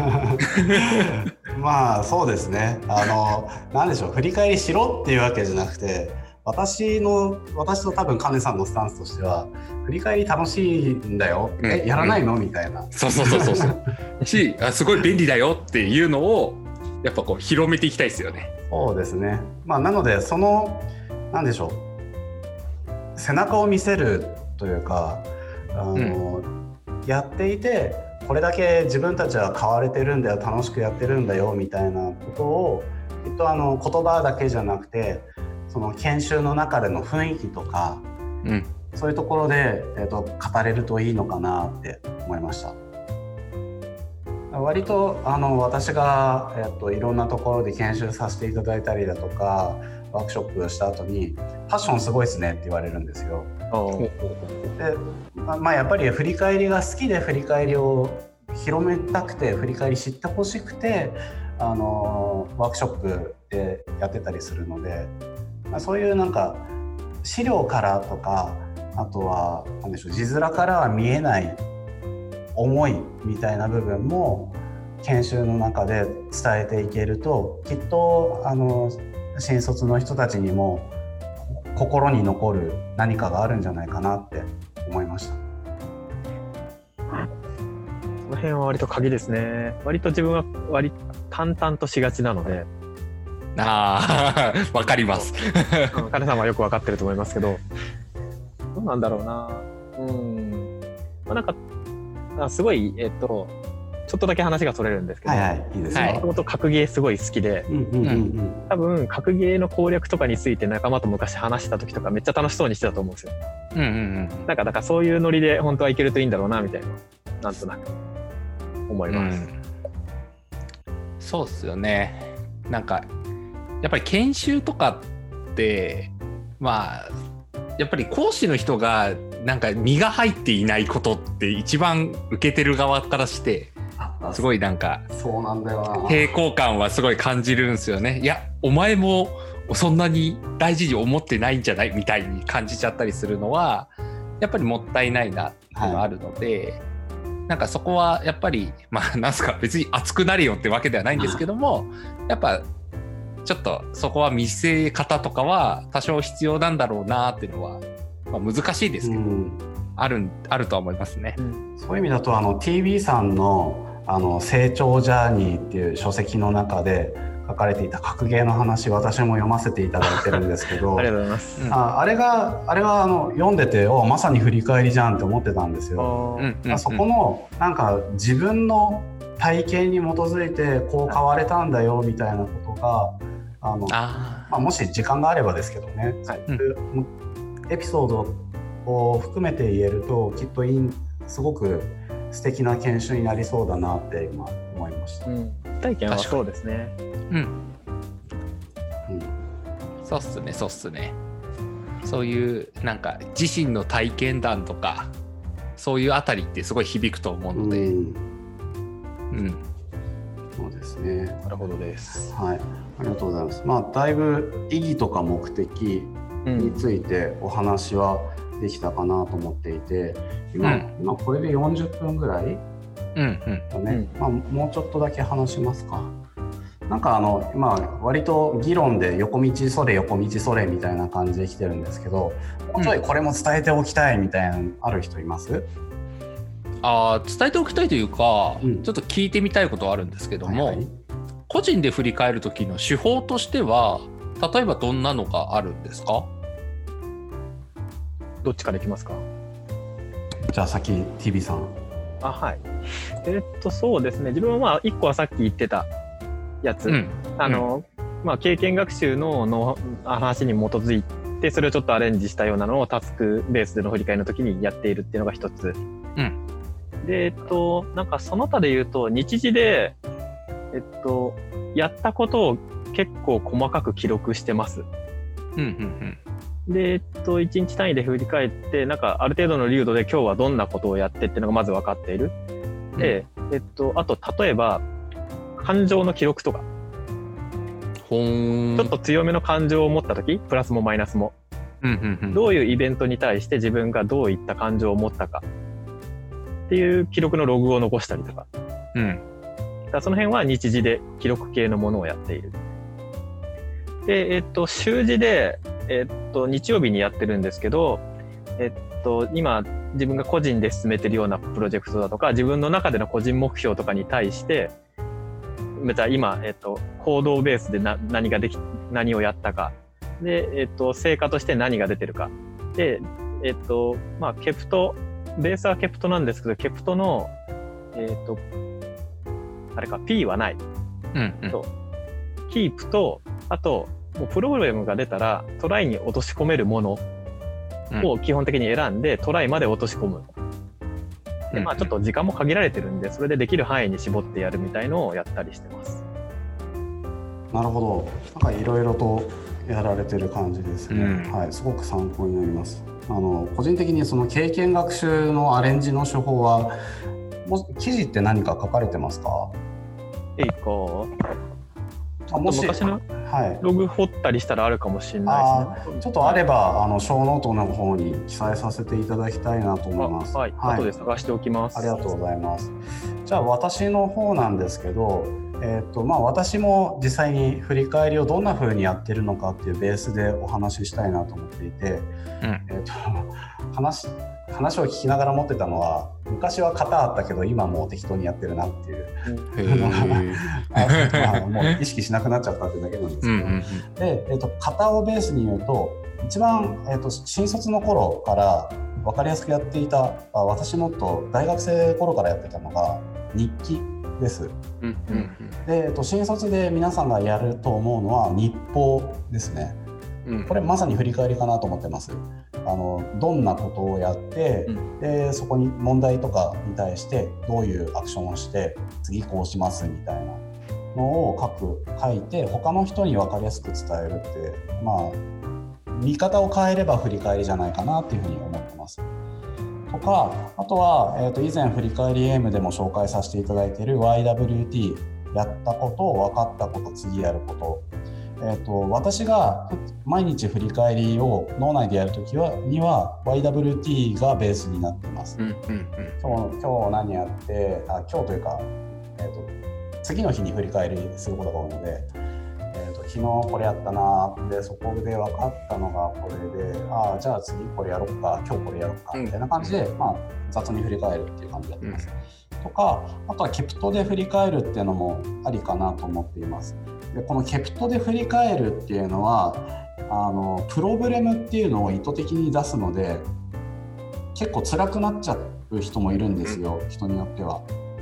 まあそうですね、あのなんでしょう、振り返りしろっていうわけじゃなくて、私の私と多分カネさんのスタンスとしては、振り返り楽しいんだよ、うん、えやらないの、うん、みたいな、 そうそうそうそうそうしあすごい便利だよっていうのをやっぱこう広めていきたいですよね。 そうですね、まあ、なのでそのなんでしょう、背中を見せるというか、あの、うん、やっていてこれだけ自分たちは変われてるんだよ、楽しくやってるんだよみたいなことをきっとあの言葉だけじゃなくて、その研修の中での雰囲気とか、うん、そういうところで、えーと、語れるといいのかなって思いました。割とあの私が、えーと、いろんなところで研修させていただいたりだとかワークショップした後にファッションすごいですねって言われるんですよ。で、まあ、やっぱり振り返りが好きで振り返りを広めたくて振り返り知ってほしくてあのワークショップでやってたりするので、まあ、そういうなんか資料からとか、あとは何でしょう、字面からは見えない思いみたいな部分も研修の中で伝えていけると、きっとあの新卒の人たちにも心に残る何かがあるんじゃないかなって思いました。 その辺は割と鍵ですね。割と自分は割と淡々としがちなので。 ああ、わかります。 金さんはよくわかってると思いますけど、どうなんだろうな。うん。まあ、なんかすごいえっとちょっとだけ話がそれるんですけど、はいはい、いいですね。もともと格ゲーすごい好きで、うんうんうん、多分格ゲーの攻略とかについて仲間と昔話した時とかめっちゃ楽しそうにしてたと思うんですよ。うんうんうん。なんかだからそういうノリで本当はいけるといいんだろうなみたいな、なんとなく思います。うん、 そうですよね。なんかやっぱり研修とかってまあやっぱり講師の人がなんか身が入っていないことって一番受けてる側からしてすごいなんかそうなんだよな、 抵抗感はすごい感じるんですよね。いやお前もそんなに大事に思ってないんじゃないみたいに感じちゃったりするのはやっぱりもったいないなっていうのがあるので、はい、なんかそこはやっぱりまあなんすか別に熱くなれよってわけではないんですけどもやっぱちょっとそこは見せ方とかは多少必要なんだろうなっていうのは、まあ、難しいですけど、うん、ある、あるとは思いますね。うん、 そういう意味だとあの ティービー さんの、あの成長ジャーニーっていう書籍の中で書かれていた格ゲーの話、私も読ませていただいてるんですけどありがとうございます。 うん、あ, あれがあれはあの読んでておまさに振り返りじゃんって思ってたんですよ。うんうんうん、そこのなんか自分の体験に基づいてこう変われたんだよみたいなことがあのあ、 まあ、もし時間があればですけどね、はい、エピソードを含めて言えるときっといいすごく素敵な研修になりそうだなって今思いました、うん、 体験はそうですね。 うん、うん、そうっすねそうっすね。そういうなんか自身の体験談とかそういうあたりってすごい響くと思うので、うん、 うん、そうですね。 なるほどです。 はい、ありがとうございます。まあだいぶ意義とか目的についてお話はできたかなと思っていて、今、うん、今これでよんじゅっぷんぐらい、 うんうんね、まあ、もうちょっとだけ話しますか。なんかあの今割と議論で横道それ横道それみたいな感じで来てるんですけど、もうちょいこれも伝えておきたいみたいなのある人います？うん、 あ伝えておきたいというか、うん、ちょっと聞いてみたいことはあるんですけども、はいはい、個人で振り返る時の手法としては例えばどんなのがあるんですか？ どっちからいきますか？ じゃあ先 ティービー さん。 あ、はい。えー、っとそうですね、自分はまあいっこはさっき言ってたやつ、うん、あの、うん、まあ、経験学習 の, の話に基づいてそれをちょっとアレンジしたようなのをタスクベースでの振り返りの時にやっているっていうのが一つ、うん、でえっとなんかその他で言うと日時でえっとやったことを結構細かく記録してます。 うんうんうん、でえっといちにち単位で振り返ってなんかある程度の流度で今日はどんなことをやってっていうのがまず分かっている。で、うん、えっとあと例えば感情の記録とか、 ほーん、 ちょっと強めの感情を持った時、プラスもマイナスも、 うんうんうん、 どういうイベントに対して自分がどういった感情を持ったかっていう記録のログを残したりとか、 うん、 だからその辺は日時で記録系のものをやっている。で、えっと週次で、えっと日曜日にやってるんですけど、えっと今自分が個人で進めてるようなプロジェクトだとか、自分の中での個人目標とかに対してじゃあ今、えっと、行動ベースでな何ができ何をやったかで、えっと、成果として何が出てるかで、えっとまあ、ケプトベースはケプトなんですけどケプトの、えっと、あれか P はない、 うんうん、 とキープとあともうプログラムが出たらトライに落とし込めるものを基本的に選んで、うん、トライまで落とし込む。でまあ、ちょっと時間も限られてるんでそれでできる範囲に絞ってやるみたいのをやったりしてます。 なるほど。なんかいろいろとやられてる感じですね、うん、はい、すごく参考になります。あの個人的にその経験学習のアレンジの手法はも記事って何か書かれてますか？ えいかあもし昔のログ掘ったりしたらあるかもしれないですね。 ちょっとあればあのショーノートの方に記載させていただきたいなと思います。 はい、はい、後で探しておきます。 ありがとうございます。じゃあ私の方なんですけど、えーとまあ、私も実際に振り返りをどんな風にやってるのかっていうベースでお話ししたいなと思っていて、うんえーと、話, 話を聞きながら持ってたのは昔は型あったけど今もう適当にやってるなっていうのが、まあ、もう意識しなくなっちゃったってだけなんですけど、うんうんうん、で、えーと、型をベースに言うと一番、えーと、新卒の頃から分かりやすくやっていた私もっと大学生頃からやってたのが日記です、 うんうんうん、 で、えっと、新卒で皆さんがやると思うのは日報ですね、うん、これまさに振り返りかなと思ってます。あのどんなことをやって、うん、でそこに問題とかに対してどういうアクションをして次こうしますみたいなのを書く書いて他の人に分かりやすく伝えるってまあ見方を変えれば振り返りじゃないかなっていうふうに思ってます。とかあとは、えーと、以前振り返り エム でも紹介させていただいている ワイダブリューティー やったこと分かったこと次やること、えーと、私が毎日振り返りを脳内でやるときはには ワイダブリューティー がベースになっています、うんうんうん、今日、今日何やってあ今日というか、えーと、次の日に振り返りすることが多いので昨日これやったなでそこで分かったのがこれであじゃあ次これやろうか今日これやろうかみたいな感じで、うんまあ、雑に振り返るっていう感じでやってます、うん、とかあとはケプトで振り返るっていうのもありかなと思っています。でこのケプトで振り返るっていうのはあのプロブレムっていうのを意図的に出すので結構辛くなっちゃう人もいるんですよ、うん、人によっては。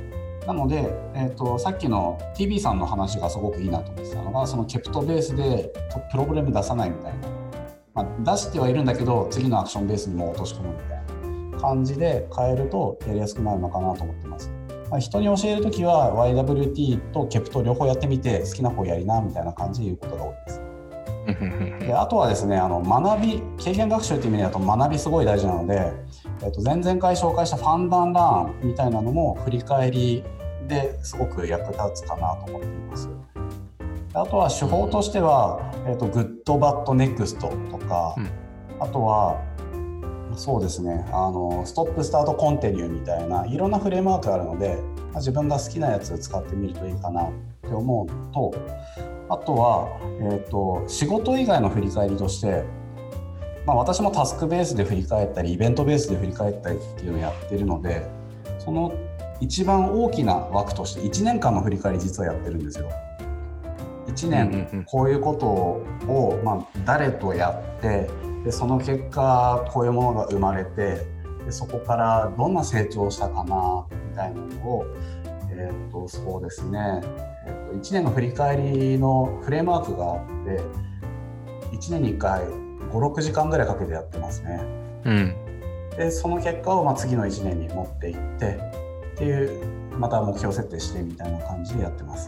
なので、えー、とさっきの ティービー さんの話がすごくいいなと思ってたのが、そのケプトベースでプログラム出さないみたいな、まあ、出してはいるんだけど次のアクションベースにも落とし込むみたいな感じで変えるとやりやすくなるのかなと思ってます。まあ、人に教えるときは ワイダブリューティー とケプト両方やってみて好きな方やりなみたいな感じで言うことが多いです。であとはですね、あの学び経験学習という意味だと学びすごい大事なので、えっと、前々回紹介したファンダンラーンみたいなのも振り返りですごく役立つかなと思っています。あとは手法としては、えっと、グッドバッドネクストとか、うん、あとはそうですね、あのストップスタートコンティニューみたいないろんなフレームワークがあるので、まあ、自分が好きなやつを使ってみるといいかなって思うと、あとは、えーと、仕事以外の振り返りとして、まあ、私もタスクベースで振り返ったりイベントベースで振り返ったりっていうのをやってるので、その一番大きな枠としていちねんかんの振り返り実はやってるんですよ。いちねんこういうことを、まあ、誰とやってでその結果こういうものが生まれてでそこからどんな成長をしたかなみたいなのを、えーと、そうですね、えーと、いちねんの振り返りのフレームワークがあっていちねんにいっかいご、ろくじかんぐらいかけてやってますね。うん、でその結果をまあ次のいちねんに持っていってっていうまた目標設定してみたいな感じでやってます。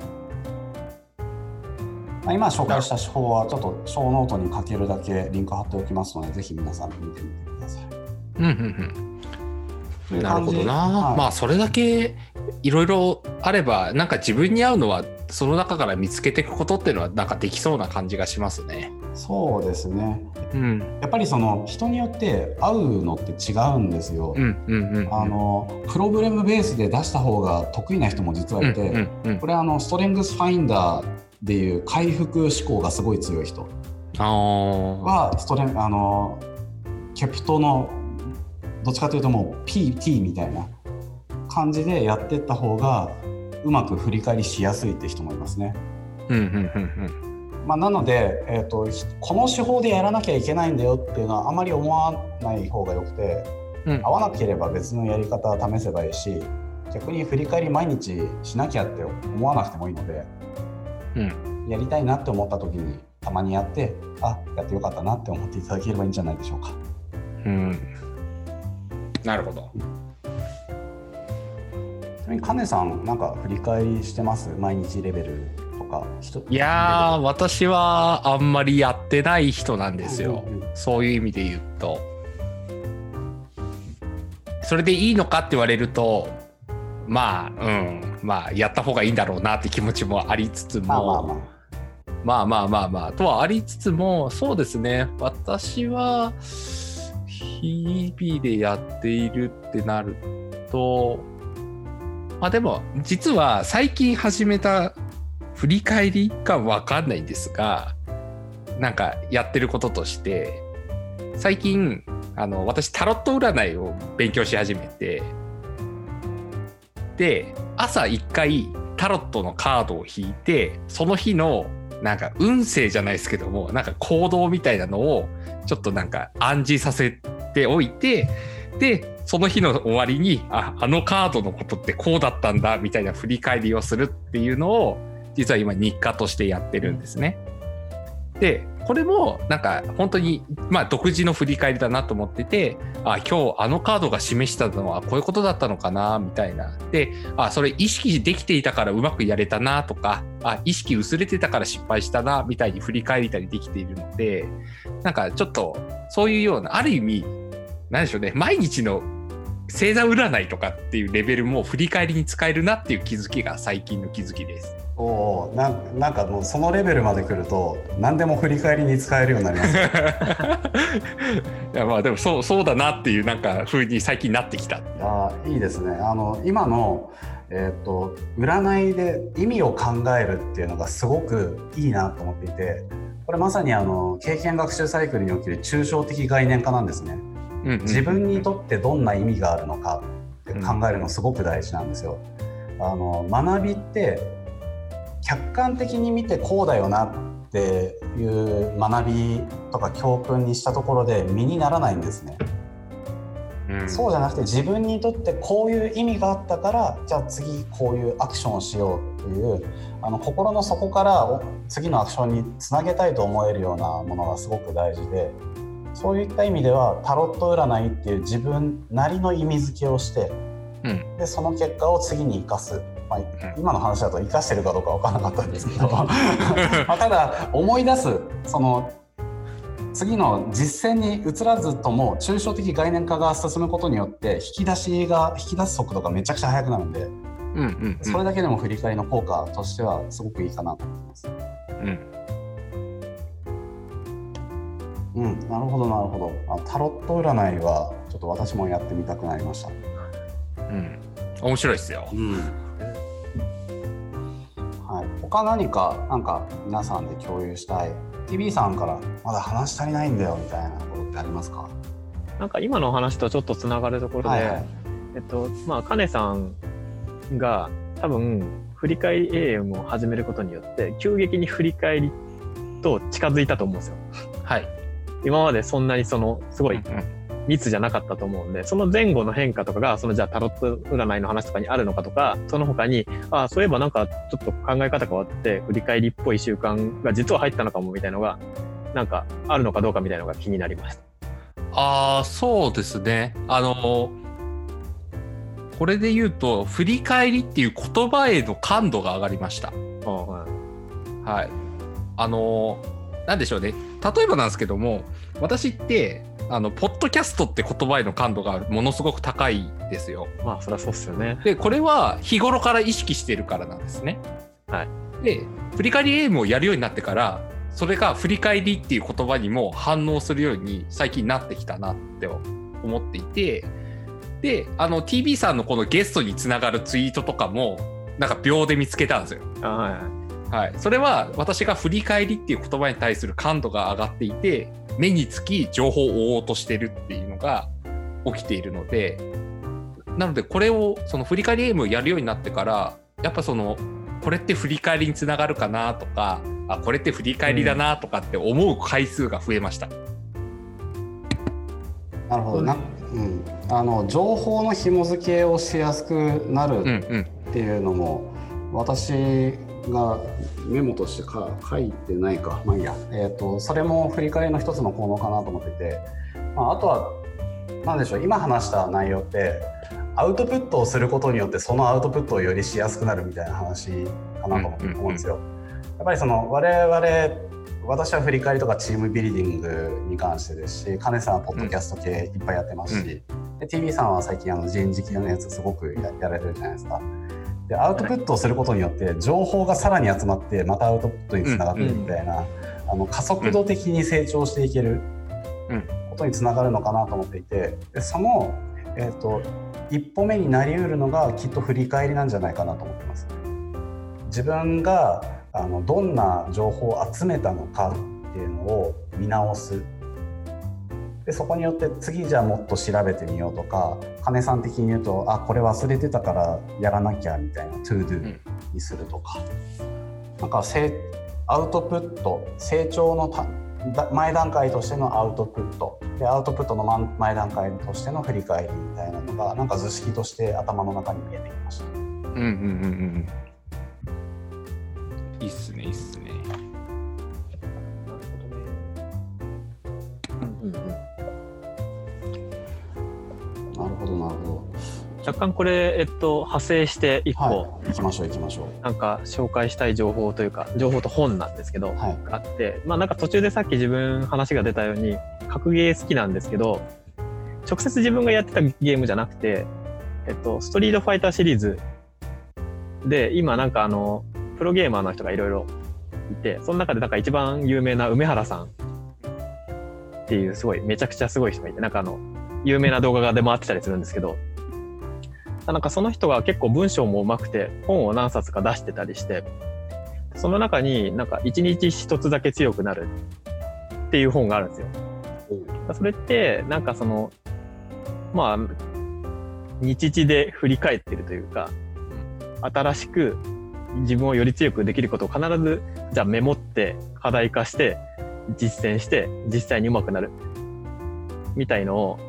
まあ、今紹介した手法はちょっとショーノートに書けるだけリンク貼っておきますのでぜひ皆さん見てみてください。うんうんうん、なるほどな、はい、まあそれだけいろいろあればなんか自分に合うのはその中から見つけていくことっていうのはなんかできそうな感じがしますね。 そうですね、うん、やっぱりその人によって合うのって違うんですよ。うんうんうんうん、あのプログラムベースで出した方が得意な人も実はいて、うんうんうん、これはあのストレングスファインダーっていう回復思考がすごい強い人はストレンあのケプトのどっちかというともう ピーティー みたいな感じでやっていった方がうまく振り返りしやすいって人もいますね。うんうんうんうん、まあ、なので、えーと、この手法でやらなきゃいけないんだよっていうのはあまり思わない方がよくて、うん、合わなければ別のやり方を試せばいいし逆に振り返り毎日しなきゃって思わなくてもいいので、うん、やりたいなって思った時にたまにやってあやってよかったなって思っていただければいいんじゃないでしょうか。うん、 なるほど。 ちなみに金さんなんか振り返りしてます？毎日レベルとか。 いやー私はあんまりやってない人なんですよ、うんうんうん、そういう意味で言うとそれでいいのかって言われるとまあうんまあやった方がいいんだろうなって気持ちもありつつもまあまあまあまあまあまあまあとはありつつもそうですね私は日々でやっているってなるとまあでも実は最近始めた振り返りか分かんないんですがなんかやってることとして最近あの私タロット占いを勉強し始めてで朝一回タロットのカードを引いてその日のなんか運勢じゃないですけどもなんか行動みたいなのをちょっとなんか暗示させておいてでその日の終わりに あ, あのカードのことってこうだったんだみたいな振り返りをするっていうのを実は今日課としてやってるんですね。でこれもなんか本当にまあ独自の振り返りだなと思っててあ今日あのカードが示したのはこういうことだったのかなみたいなであそれ意識できていたからうまくやれたなとかあ意識薄れてたから失敗したなみたいに振り返りたりできているのでなんかちょっとそういうようなある意味何でしょうね毎日の星座占いとかっていうレベルも振り返りに使えるなっていう気づきが最近の気づきです。 おー な, なんかもうそのレベルまで来ると何でも振り返りに使えるようになりますいやまあでもそうそうだなっていうなんか風に最近なってきた。 あいいですね。あの今の、えー、と占いで意味を考えるっていうのがすごくいいなと思っていてこれまさにあの経験学習サイクルにおける抽象的概念化なんですね。うんうんうん、自分にとってどんな意味があるのかって考えるのすごく大事なんですよ。あの学びって客観的に見てこうだよなっていう学びとか教訓にしたところで身にならないんですね。 うん、そうじゃなくて自分にとってこういう意味があったからじゃあ次こういうアクションをしようっていうあの心の底から次のアクションにつなげたいと思えるようなものがすごく大事で、そういった意味ではタロット占いっていう自分なりの意味付けをして、うん、でその結果を次に生かす、まあ、今の話だと生かしてるかどうか分からなかったんですけどまあただ思い出すその次の実践に移らずとも抽象的概念化が進むことによって引き出しが引き出す速度がめちゃくちゃ速くなるんで、うんうんうん、それだけでも振り返りの効果としてはすごくいいかなと思います。うん、うん、なるほどなるほど。あ、タロット占いはちょっと私もやってみたくなりました。 うん、面白いですよ。うん、 はい、他何かなんか皆さんで共有したい。ティービー さんからまだ話足りないんだよみたいなことってありますか？ なんか今の話とちょっとつながるところで、はいはい、えっとまあカネさんが多分振り返り エーエム を始めることによって急激に振り返りと近づいたと思うんですよ。 はい。 今までそんなにそのすごい密じゃなかったと思うんで、その前後の変化とかがそのじゃあタロット占いの話とかにあるのかとか、その他にあそういえばなんかちょっと考え方変わって振り返りっぽい習慣が実は入ったのかもみたいなのがなんかあるのかどうかみたいなのが気になりました。 ああ、そうですね。あのこれで言うと振り返りっていう言葉への感度が上がりました。あ、はい、はい。あのなんでしょうね。例えばなんですけども、私ってあのポッドキャストって言葉への感度がものすごく高いですよ。 まあそりゃそうですよね。 でこれは日頃から意識してるからなんですね。 はい。 で振り返りエームをやるようになってからそれが振り返りっていう言葉にも反応するように最近なってきたなって思っていて、であの ティービー さんのこのゲストにつながるツイートとかもなんか秒で見つけたんですよ。 あ、はいはいはい、それは私が振り返りっていう言葉に対する感度が上がっていて目につき情報を追おうとしてるっていうのが起きているので、なのでこれをその振り返りエームをやるようになってからやっぱそのこれって振り返りにつながるかなとか、あこれって振り返りだなとかって思う回数が増えました。 うん、なるほどな、うん、あの情報の紐付けをしやすくなるっていうのも、うんうん、私がメモとしてか書いてないか、まあいいや、えーと、それも振り返りの一つの項目かなと思ってて、まあ、あとは何でしょう、今話した内容ってアウトプットをすることによってそのアウトプットをよりしやすくなるみたいな話かなと思うんですよ。やっぱりその我々私は振り返りとかチームビルディングに関してですし、金さんはポッドキャスト系いっぱいやってますし、うん、で ティービー さんは最近あの人事系のやつすごく や, やられてるじゃないですか。でアウトプットをすることによって情報がさらに集まってまたアウトプットにつながっていくみたいな、うん、あの加速度的に成長していけることにつながるのかなと思っていて、でその、えーと、一歩目になりうるのがきっと振り返りなんじゃないかなと思ってます。自分があのどんな情報を集めたのかっていうのを見直す。でそこによって次じゃあもっと調べてみようとか、金さん的に言うとあこれ忘れてたからやらなきゃみたいな To Do にするとか、うん、なんかアウトプット成長の前段階としてのアウトプットでアウトプットの前段階としての振り返りみたいなのがなんか図式として頭の中に見えてきました。うんうんうんうん。 いいっすねいいっすね。 なるほどなるほど。 若干これ、えっと、派生していっこ、はい、 行きましょう行きましょう。なんか紹介したい情報というか情報と本なんですけど、はい、あって、まあなんか途中でさっき自分話が出たように格ゲー好きなんですけど、直接自分がやってたゲームじゃなくて、えっと、ストリートファイターシリーズで今なんかあのプロゲーマーの人がいろいろいて、その中でなんか一番有名な梅原さんっていうすごいめちゃくちゃすごい人がいて、なんかあの有名な動画が出回ってたりするんですけど、なんかその人が結構文章も上手くて本を何冊か出してたりして、その中になんか一日一つだけ強くなるっていう本があるんですよ。それってなんかそのまあ日知で振り返ってるというか、新しく自分をより強くできることを必ずじゃあメモって課題化して実践して実際に上手くなるみたいのを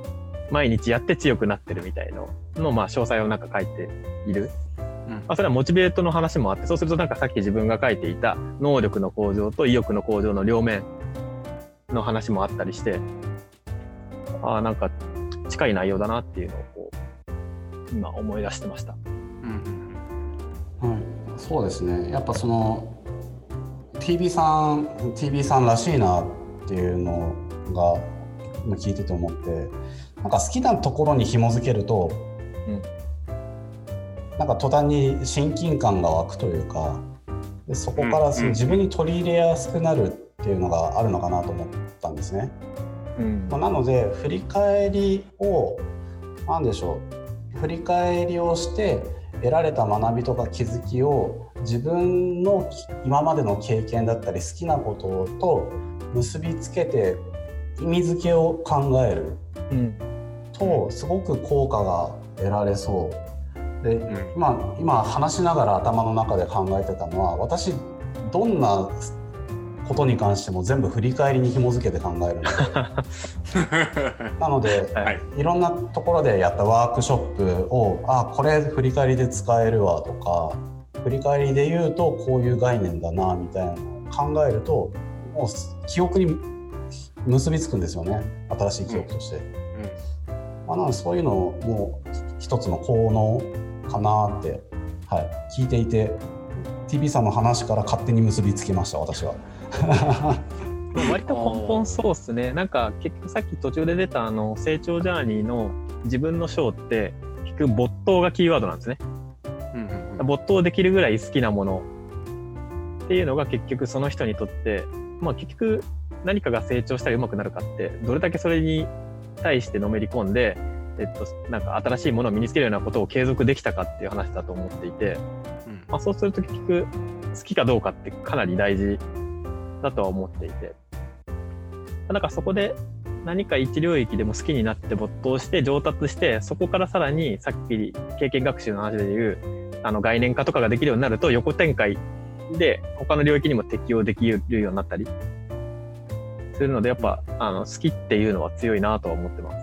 毎日やって強くなってるみたいのの、まあ、詳細をなんか書いている、うんまあ、それはモチベートの話もあって、そうするとなんかさっき自分が書いていた能力の向上と意欲の向上の両面の話もあったりして、ああなんか近い内容だなっていうのをこう今思い出してました。 うんはい、そうですね。やっぱその ティービー さん ティービー さんらしいなっていうのが今聞いてて思って、なんか好きなところに紐づけると、うん、なんか途端に親近感が湧くというか、でそこからその自分に取り入れやすくなるっていうのがあるのかなと思ったんですね。うんまあ、なので振り返りを何でしょう振り返りをして得られた学びとか気づきを自分の今までの経験だったり好きなことと結びつけて意味付けを考えるとすごく効果が得られそうで、うん、今, 今話しながら頭の中で考えてたのは、私どんなことに関しても全部振り返りに紐づけて考えるのでなので、はい、いろんなところでやったワークショップをあこれ振り返りで使えるわとか、振り返りで言うとこういう概念だなみたいなのを考えるともう記憶に結びつくんですよね、新しい記憶として、うんうんまあ、なのでそういうのも一つの効能かなって、はい、聞いていて ティービー さんの話から勝手に結びつけました私は割と根本そうですね。なんか結局さっき途中で出たあの成長ジャーニーの自分の章って結局没頭がキーワードなんですね、うんうんうん、没頭できるぐらい好きなものっていうのが結局その人にとって、まあ、結局何かが成長したり上手くなるかってどれだけそれに対してのめり込んで、えっと、なんか新しいものを身につけるようなことを継続できたかっていう話だと思っていて、うんまあ、そうすると結局好きかどうかってかなり大事だとは思っていて、だからそこで何か一領域でも好きになって没頭して上達して、そこからさらにさっき経験学習の話でいうあの概念化とかができるようになると横展開で他の領域にも適用できるようになったりするので、やっぱあの好きっていうのは強いなとは思ってます。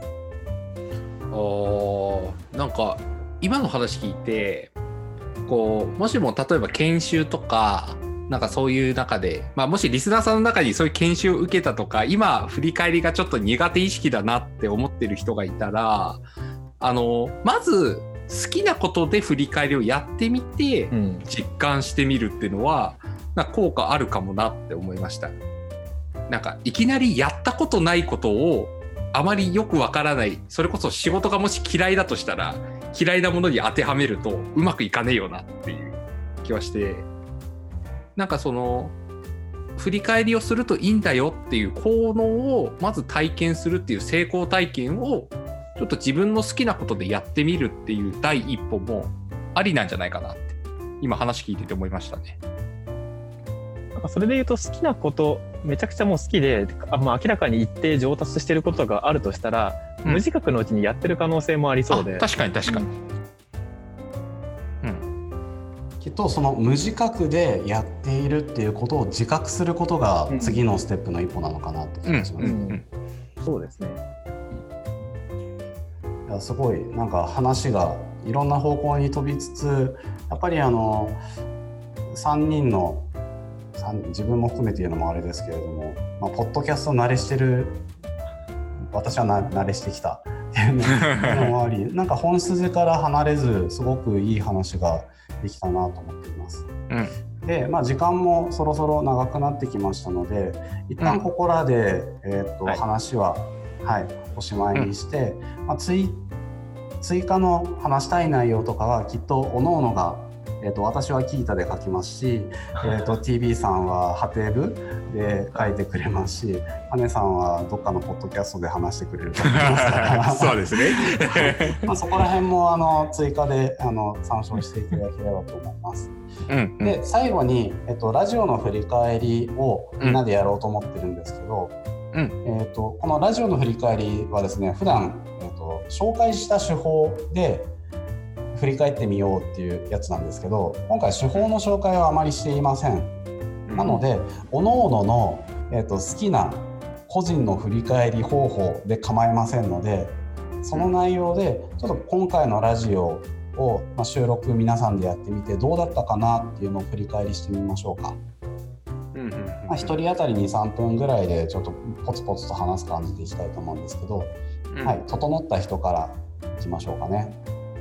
あなんか今の話聞いてこうもしも例えば研修とかなんかそういう中で、まあ、もしリスナーさんの中にそういう研修を受けたとか今振り返りがちょっと苦手意識だなって思ってる人がいたら、あのまず好きなことで振り返りをやってみて実感してみるっていうのは、うん、なんか効果あるかもなって思いました。なんかいきなりやったことないことをあまりよくわからない、それこそ仕事がもし嫌いだとしたら嫌いなものに当てはめるとうまくいかねえよなっていう気はして、なんかその振り返りをするといいんだよっていう効能をまず体験するっていう成功体験をちょっと自分の好きなことでやってみるっていう第一歩もありなんじゃないかなって今話聞いてて思いましたね。 なんかそれで言うと好きなことめちゃくちゃもう好きで、あ、まあ、明らかに一定上達してることがあるとしたら、うん、無自覚のうちにやってる可能性もありそうで。 確かに確かに、 うんうん、きっとその無自覚でやっているっていうことを自覚することが次のステップの一歩なのかなって気がします、うんうんうん、 そうですね。 いやすごいなんか話がいろんな方向に飛びつつ、やっぱりあのさんにんの自分も含めて言うのもあれですけれども、まあ、ポッドキャスト慣れしてる私はな慣れしてきたっていうのもありなんか本筋から離れずすごくいい話ができたなと思っています、うん、で、まあ、時間もそろそろ長くなってきましたので一旦ここらで、うんえーとはい、話は、はい、おしまいにして、うんまあ、追, 追加の話したい内容とかはきっと各々がえー、と私はキータで書きますし、えー、と ティービー さんはハテブで書いてくれますし、ハネさんはどっかのポッドキャストで話してくれると思いますからそうですねまあそこら辺もあの追加であの参照していただければと思います、うんうん、で最後に、えー、とラジオの振り返りをみんなでやろうと思ってるんですけど、うんえー、とこのラジオの振り返りはですね普段、えー、と紹介した手法で振り返ってみようっていうやつなんですけど、今回手法の紹介はあまりしていません、うん、なので各々の、えーと、好きな個人の振り返り方法で構いませんので、 その内容でちょっと今回のラジオを、まあ、収録皆さんでやってみてどうだったかなっていうのを振り返りしてみましょうか。まあ、ひとり当たり にさんぷんぐらいでちょっとポツポツと話す感じでいきたいと思うんですけど、うん、はい、整った人からいきましょうかね。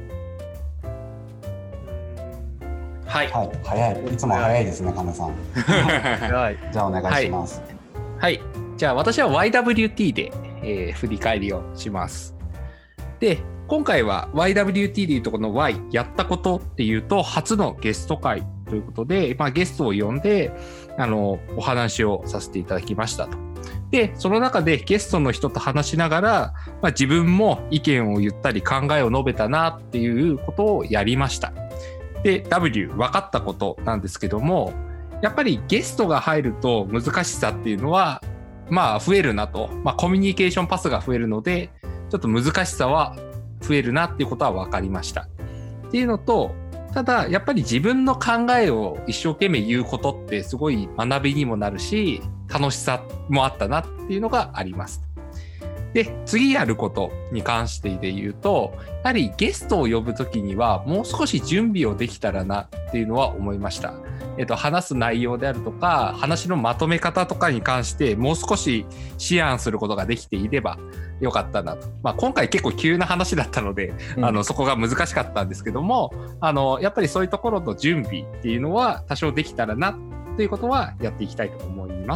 はい、 はい、早い、いつも早いですね、亀さん。じゃあお願いします。 はい、はい、じゃあ私は ワイダブリューティー で、えー、振り返りをします。で、今回は ワイダブリューティー でいうとこの Y やったことっていうと初のゲスト会ということで、まあ、ゲストを呼んであのお話をさせていただきましたと。で、その中でゲストの人と話しながら、まあ、自分も意見を言ったり考えを述べたなっていうことをやりました。で、W 分かったことなんですけども、やっぱりゲストが入ると難しさっていうのはまあ増えるなと、まあ、コミュニケーションパスが増えるのでちょっと難しさは増えるなっていうことは分かりましたっていうのと、ただやっぱり自分の考えを一生懸命言うことってすごい学びにもなるし楽しさもあったなっていうのがあります。で、次やることに関してで言うと、やはりゲストを呼ぶときにはもう少し準備をできたらなっていうのは思いました。えっと、話す内容であるとか話のまとめ方とかに関してもう少し思案することができていればよかったなと。まあ、今回結構急な話だったので、うん、あのそこが難しかったんですけども、あのやっぱりそういうところの準備っていうのは多少できたらなっていうことはやっていきたいと思います。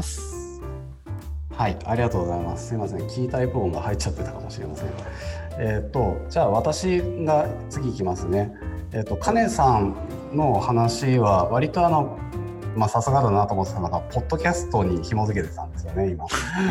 はい、ありがとうございます。すいません、キータイプ音が入っちゃってたかもしれません。えー、とじゃあ私が次いきますね。えー、と金さんの話は割とあのまあさすがだなと思ってたのがポッドキャストに紐づけてたんですよね今。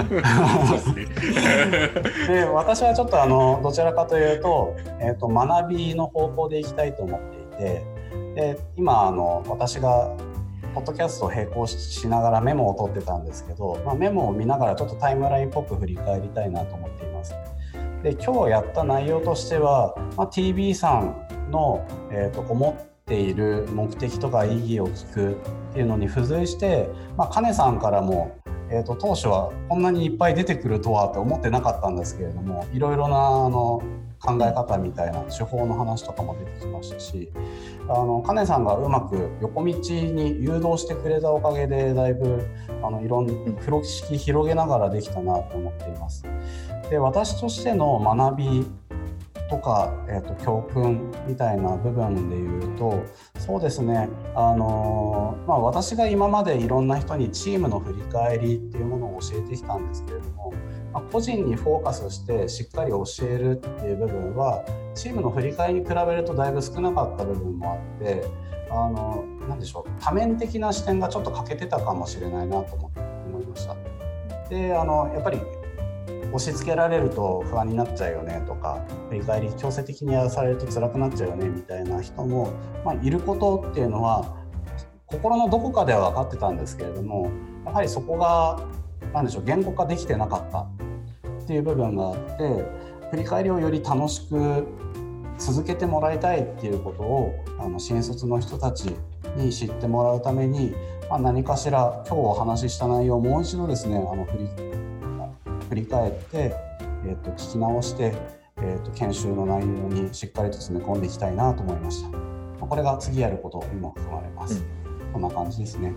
で、私はちょっとあのどちらかというと、えー、と学びの方向でいきたいと思っていて、で今あの私がポッドキャストを並行しながらメモを取ってたんですけど、まあ、メモを見ながらちょっとタイムラインっぽく振り返りたいなと思っています。で、今日やった内容としては、まあ、ティービー さんの、えーと、思っている目的とか意義を聞くっていうのに付随して、まあ、金さんからも、えーと、当初はこんなにいっぱい出てくるとはって思ってなかったんですけれども、いろいろなあの考え方みたいな手法の話とかも出てきましたし、あの金さんがうまく横道に誘導してくれたおかげでだいぶあのいろんな風呂敷広げながらできたなと思っています。で、私としての学びとか、えーと、教訓みたいな部分でいうと、そうですね、あのーまあ、私が今までいろんな人にチームの振り返りっていうものを教えてきたんですけれども、まあ、個人にフォーカスしてしっかり教えるっていう部分はチームの振り返りに比べるとだいぶ少なかった部分もあって、あのなんでしょう、多面的な視点がちょっと欠けてたかもしれないなと思いました。で、あのやっぱり押し付けられると不安になっちゃうよねとか、振り返り強制的にやらされると辛くなっちゃうよねみたいな人も、まあ、いることっていうのは心のどこかでは分かってたんですけれども、やはりそこがなんでしょう、言語化できてなかったっていう部分があって、振り返りをより楽しく続けてもらいたいっていうことをあの新卒の人たちに知ってもらうために、まあ、何かしら今日お話しした内容をもう一度ですね、あの振り振り返って、えー、と聞き直して、えー、と研修の内容にしっかりと詰め込んでいきたいなと思いました。これが次やることにも含まれます。うん、こんな感じですね。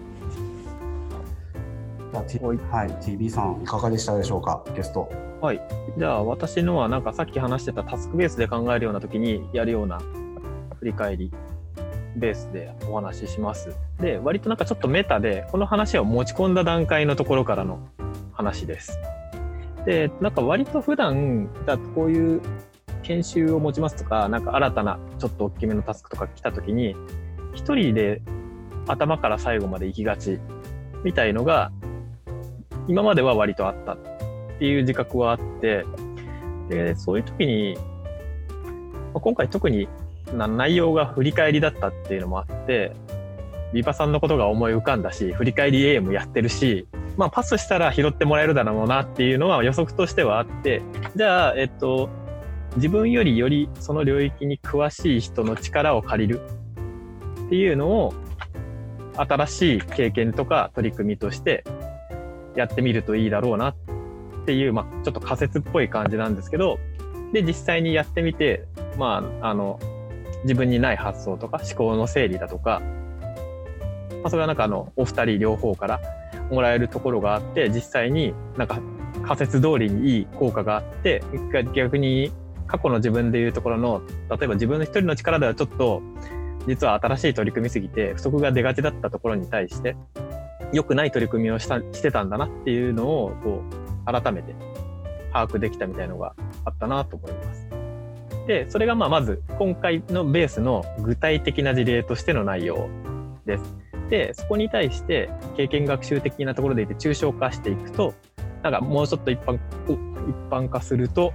じゃあ、T はい、ティービー さんいかがでしたでしょうか、ゲスト。 はい、じゃあ私のはなんかさっき話してたタスクベースで考えるような時にやるような振り返りベースでお話しします。で、割となんかちょっとメタでこの話を持ち込んだ段階のところからの話です。で、なんか割と普段だとこういう研修を持ちますとか、なんか新たなちょっと大きめのタスクとか来た時に一人で頭から最後まで行きがちみたいのが今までは割とあったっていう自覚はあって、でそういう時に今回特に内容が振り返りだったっていうのもあって、ビバさんのことが思い浮かんだし、振り返り エーエム やってるし、まあ、パスしたら拾ってもらえるだろうなっていうのは予測としてはあって、じゃあ、えっと、自分よりよりその領域に詳しい人の力を借りるっていうのを新しい経験とか取り組みとしてやってみるといいだろうなっていう、まあ、ちょっと仮説っぽい感じなんですけど、 で実際にやってみて、まあ、あの自分にない発想とか思考の整理だとか、まあ、それはなんかあのお二人両方からもらえるところがあって、実際になんか仮説通りにいい効果があって、逆に過去の自分でいうところの、例えば自分の一人の力ではちょっと実は新しい取り組みすぎて不足が出がちだったところに対して良くない取り組みをしたしてたんだなっていうのをこう改めて把握できたみたいなのがあったなと思います。で、それがまあまず今回のベースの具体的な事例としての内容です。で、そこに対して経験学習的なところでいて抽象化していくと、なんかもうちょっと一般、一般化すると、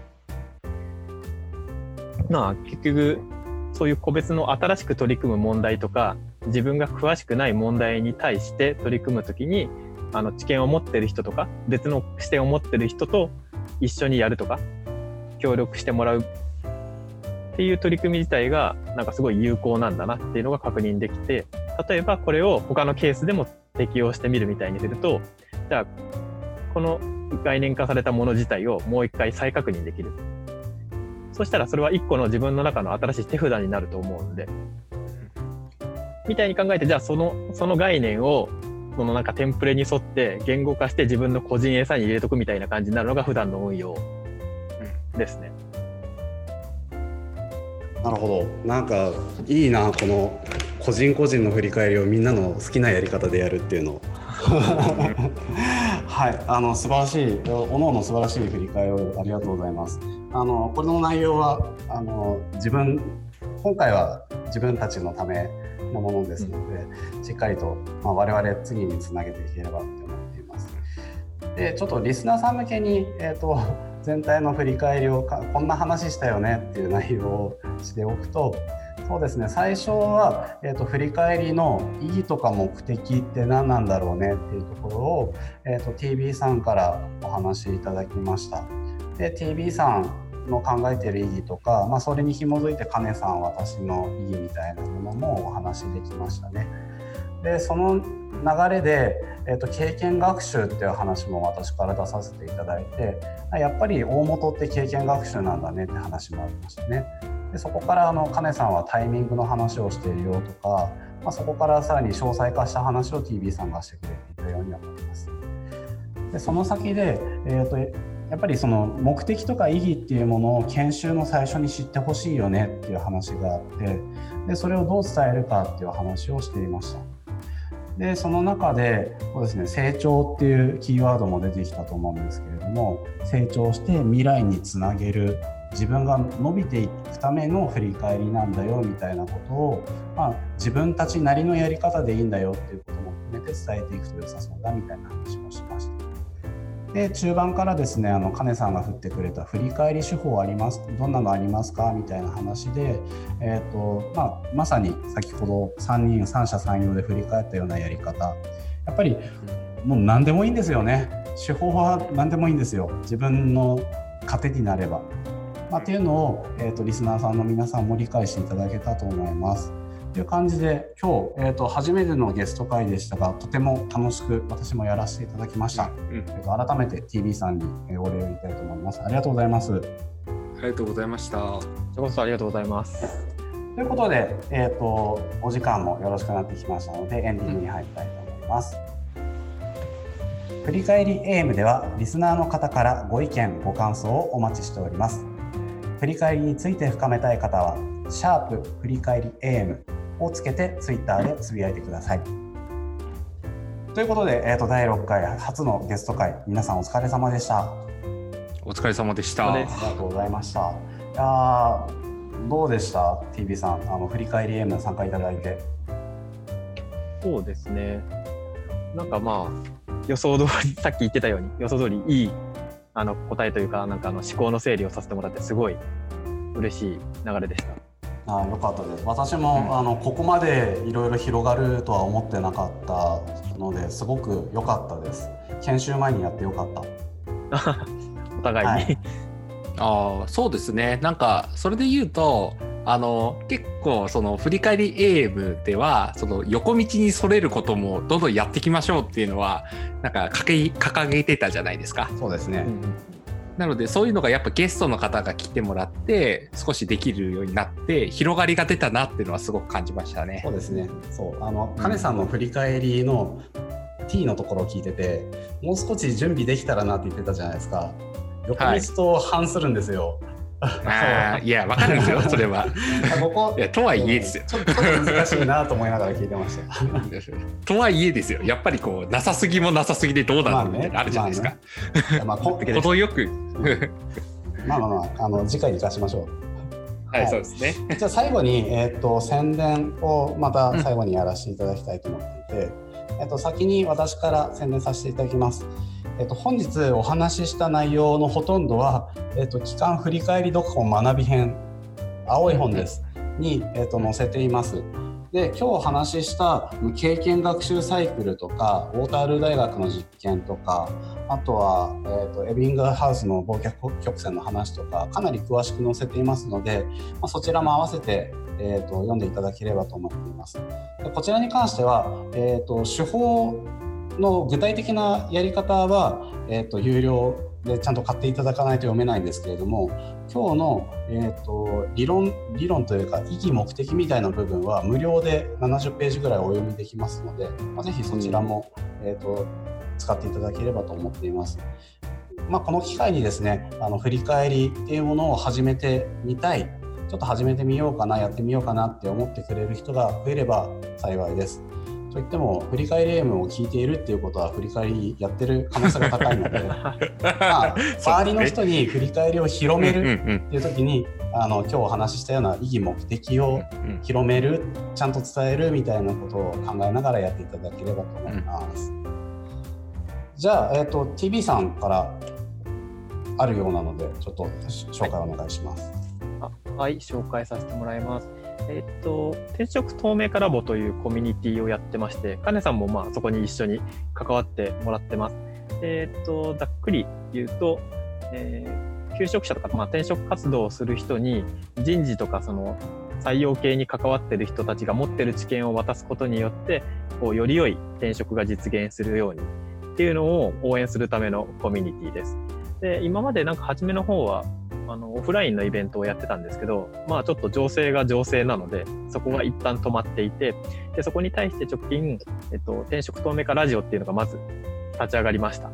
まあ結局そういう個別の新しく取り組む問題とか、自分が詳しくない問題に対して取り組むときに、あの知見を持ってる人とか別の視点を持ってる人と一緒にやるとか協力してもらうっていう取り組み自体がなんかすごい有効なんだなっていうのが確認できて、例えばこれを他のケースでも適用してみるみたいにすると、じゃあこの概念化されたもの自体をもう一回再確認できる。そしたらそれは一個の自分の中の新しい手札になると思うんで、みたいに考えて、じゃあそのその概念をそのなんかテンプレに沿って言語化して自分の個人餌に入れとくみたいな感じになるのが普段の運用ですね。 なるほど。なんかいいな、この個人個人の振り返りをみんなの好きなやり方でやるっていうのはい、あの素晴らしい、おのおの素晴らしい振り返りをありがとうございます。あのこれの内容はあの自分今回は自分たちのためのものですので、うん、しっかりと、まあ、我々次につなげていければと思っています。で、ちょっとリスナーさん向けに、えーと、全体の振り返りをかこんな話したよねっていう内容をしておくと、そうですね、最初は、えーと、振り返りの意義とか目的って何なんだろうねっていうところを、えーと、ティービー さんからお話しいただきました。で ティービー さんの考えている意義とか、まあ、それに紐づいて金さん私の意義みたいなものもお話できましたね。でその流れで、えーと、経験学習っていう話も私から出させていただいて、やっぱり大元って経験学習なんだねって話もありましたね。でそこからあの金さんはタイミングの話をしているよとか、まあ、そこからさらに詳細化した話を ティービー さんがしてくれていたように思います。でその先で、えーとやっぱりその目的とか意義っていうものを研修の最初に知ってほしいよねっていう話があって、でそれをどう伝えるかっていう話をしていました。でその中でそうですね、成長っていうキーワードも出てきたと思うんですけれども、成長して未来につなげる、自分が伸びていくための振り返りなんだよみたいなことを、まあ、自分たちなりのやり方でいいんだよっていうことも含めて伝えていくと良さそうだみたいな話をしました。で中盤からですね、あの金さんが振ってくれた振り返り手法あります、どんなのありますかみたいな話で、えーとまあ、まさに先ほどさんにん三者三様で振り返ったようなやり方、やっぱりもう何でもいいんですよね。手法は何でもいいんですよ、自分の糧になれば、まあ、っていうのを、えーとリスナーさんの皆さんも理解していただけたと思います。という感じで今日、えーと初めてのゲスト会でしたが、とても楽しく私もやらせていただきました、うんえー、と改めて ティービー さんにお礼を言いたいと思います。ありがとうございます。 ありがとうございました。 こちらこそありがとうございます。 ということで、えーとお時間もよろしくなってきましたのでエンディングに入りたいと思います、うん、振り返り エーエム ではリスナーの方からご意見ご感想をお待ちしております。振り返りについて深めたい方はシャープ振り返り エーエムをつけてツイッターでつぶやいてください。ということで、えー、とだいろっかい初のゲスト会、皆さんお疲れ様でした。 お疲れ様でした。 ありがとうございました。いやどうでした ティービー さん、あの振り返り エーエム 参加いただいて。 そうですね、なんかまあ予想通りさっき言ってたように予想通りいいあの答えというか、なんかあの思考の整理をさせてもらってすごい嬉しい流れでした。 ああ、よかったです。私も、うん、あのここまでいろいろ広がるとは思ってなかったのですごく良かったです。研修前にやってよかった。 お互いに、はい、 ああ、そうですね。なんかそれで言うと、あの結構その振り返り エーエム ではその横道にそれることもどんどんやっていきましょうっていうのはなんか掲げてたじゃないですか。 そうですね。 なのでそういうのがやっぱゲストの方が来てもらって少しできるようになって広がりが出たなっていうのはすごく感じましたね。 そうですね。そうあの金さんの振り返りの T のところを聞いてて、もう少し準備できたらなって言ってたじゃないですか。横道と反するんですよ。 はい、あいや分かるんですよそれは。 ここいやとはいえですよ。 ちょっと難しいなと思いながら聞いてました。 とはいえですよ。やっぱりこうなさすぎもなさすぎでどうなるみたいなあるじゃないですか。 まあね、まあ、 程よく。 まあまあまああの次回に生かしましょう。 はい、はい、そうですね。 じゃあ最後に、えー、と宣伝をまた最後にやらせていただきたいと思っていて、うん、えー、と先に私から宣伝させていただきます。えー、と本日お話しした内容のほとんどは、えー、と期間振り返り読本学び編青い本です、うん、に、えー、と載せています。で今日お話しした経験学習サイクルとかウォータールー大学の実験とか、あとは、えー、とエビングハウスの忘却曲線の話とかかなり詳しく載せていますので、まあ、そちらも合わせて、えー、と読んでいただければと思っています。でこちらに関しては、えー、と手法の具体的なやり方は、えー、と有料でちゃんと買っていただかないと読めないんですけれども、今日の、えー、と理論理論というか意義目的みたいな部分は無料でななじゅっページぐらいお読みできますので、まあ、ぜひそちらも、えー、と使っていただければと思っています。まあ、この機会にですね、あの振り返りっていうものを始めてみたい、ちょっと始めてみようかな、やってみようかなって思ってくれる人が増えれば幸いです。といっても振り返り エム を聞いているっていうことは振り返りやってる可能性が高いのでまあ、周りの人に振り返りを広めるっていう時に、あの今日お話ししたような意義目的を広める、ちゃんと伝えるみたいなことを考えながらやっていただければと思います。じゃあ、えーと、ティービー さんからあるようなのでちょっと紹介お願いします。 はい、あはい、紹介させてもらいます。えっと、転職透明化ラボというコミュニティをやってまして、金さんもまあそこに一緒に関わってもらってます。えっと、ざっくり言うと、えー、求職者とか、まあ、転職活動をする人に人事とかその採用系に関わっている人たちが持っている知見を渡すことによって、こうより良い転職が実現するようにっていうのを応援するためのコミュニティです。で、今までなんか初めの方はあのオフラインのイベントをやってたんですけど、まあちょっと情勢が情勢なのでそこが一旦止まっていて、でそこに対して直近、えっと、転職透明化ラジオっていうのがまず立ち上がりました。うん、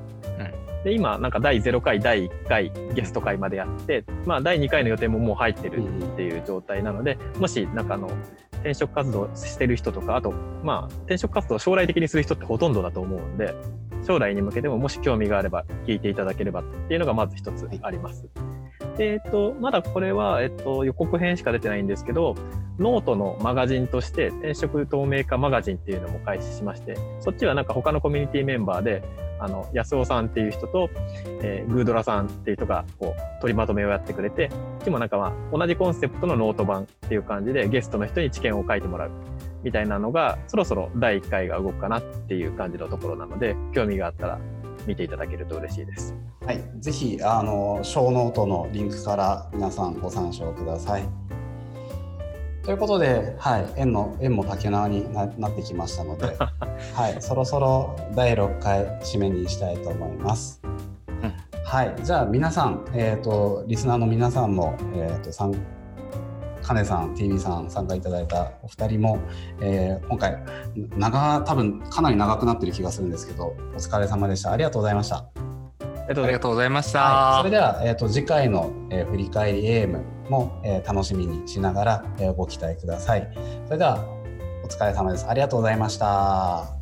で今なんかだいゼロかいだいいっかいゲスト会までやって、まあだいにかいの予定ももう入ってるっていう状態なので、もしなんかあの転職活動してる人とか、あとまあ転職活動を将来的にする人ってほとんどだと思うんで、将来に向けてももし興味があれば聞いていただければっていうのがまず一つあります。えっと、まだこれは、えっと、予告編しか出てないんですけど、ノートのマガジンとして転職透明化マガジンっていうのも開始しまして、そっちはなんか他のコミュニティメンバーで、あの、安尾さんっていう人と、えー、グードラさんっていう人がこう取りまとめをやってくれて、こっちもなんかまあ同じコンセプトのノート版っていう感じでゲストの人に知見を書いてもらうみたいなのが、そろそろだいいっかいが動くかなっていう感じのところなので、興味があったら見ていただけると嬉しいです。 はい、ぜひあの小ノートのリンクから皆さんご参照ください。ということで、はい、縁の縁も竹縄に な, なってきましたので、はい、そろそろだいろっかい締めにしたいと思います。うん、はい、じゃあ皆さん、えーと、リスナーの皆さんも、えーと、さん金さん、ティービー さん参加いただいたお二人も、えー、今回長多分かなり長くなってる気がするんですけど、お疲れ様でした。ありがとうございました。 ありがとうございました。 はい、それでは、えーと、次回の、えー、振り返り エーエム も、えー、楽しみにしながら、えー、ご期待ください。それではお疲れ様です。ありがとうございました。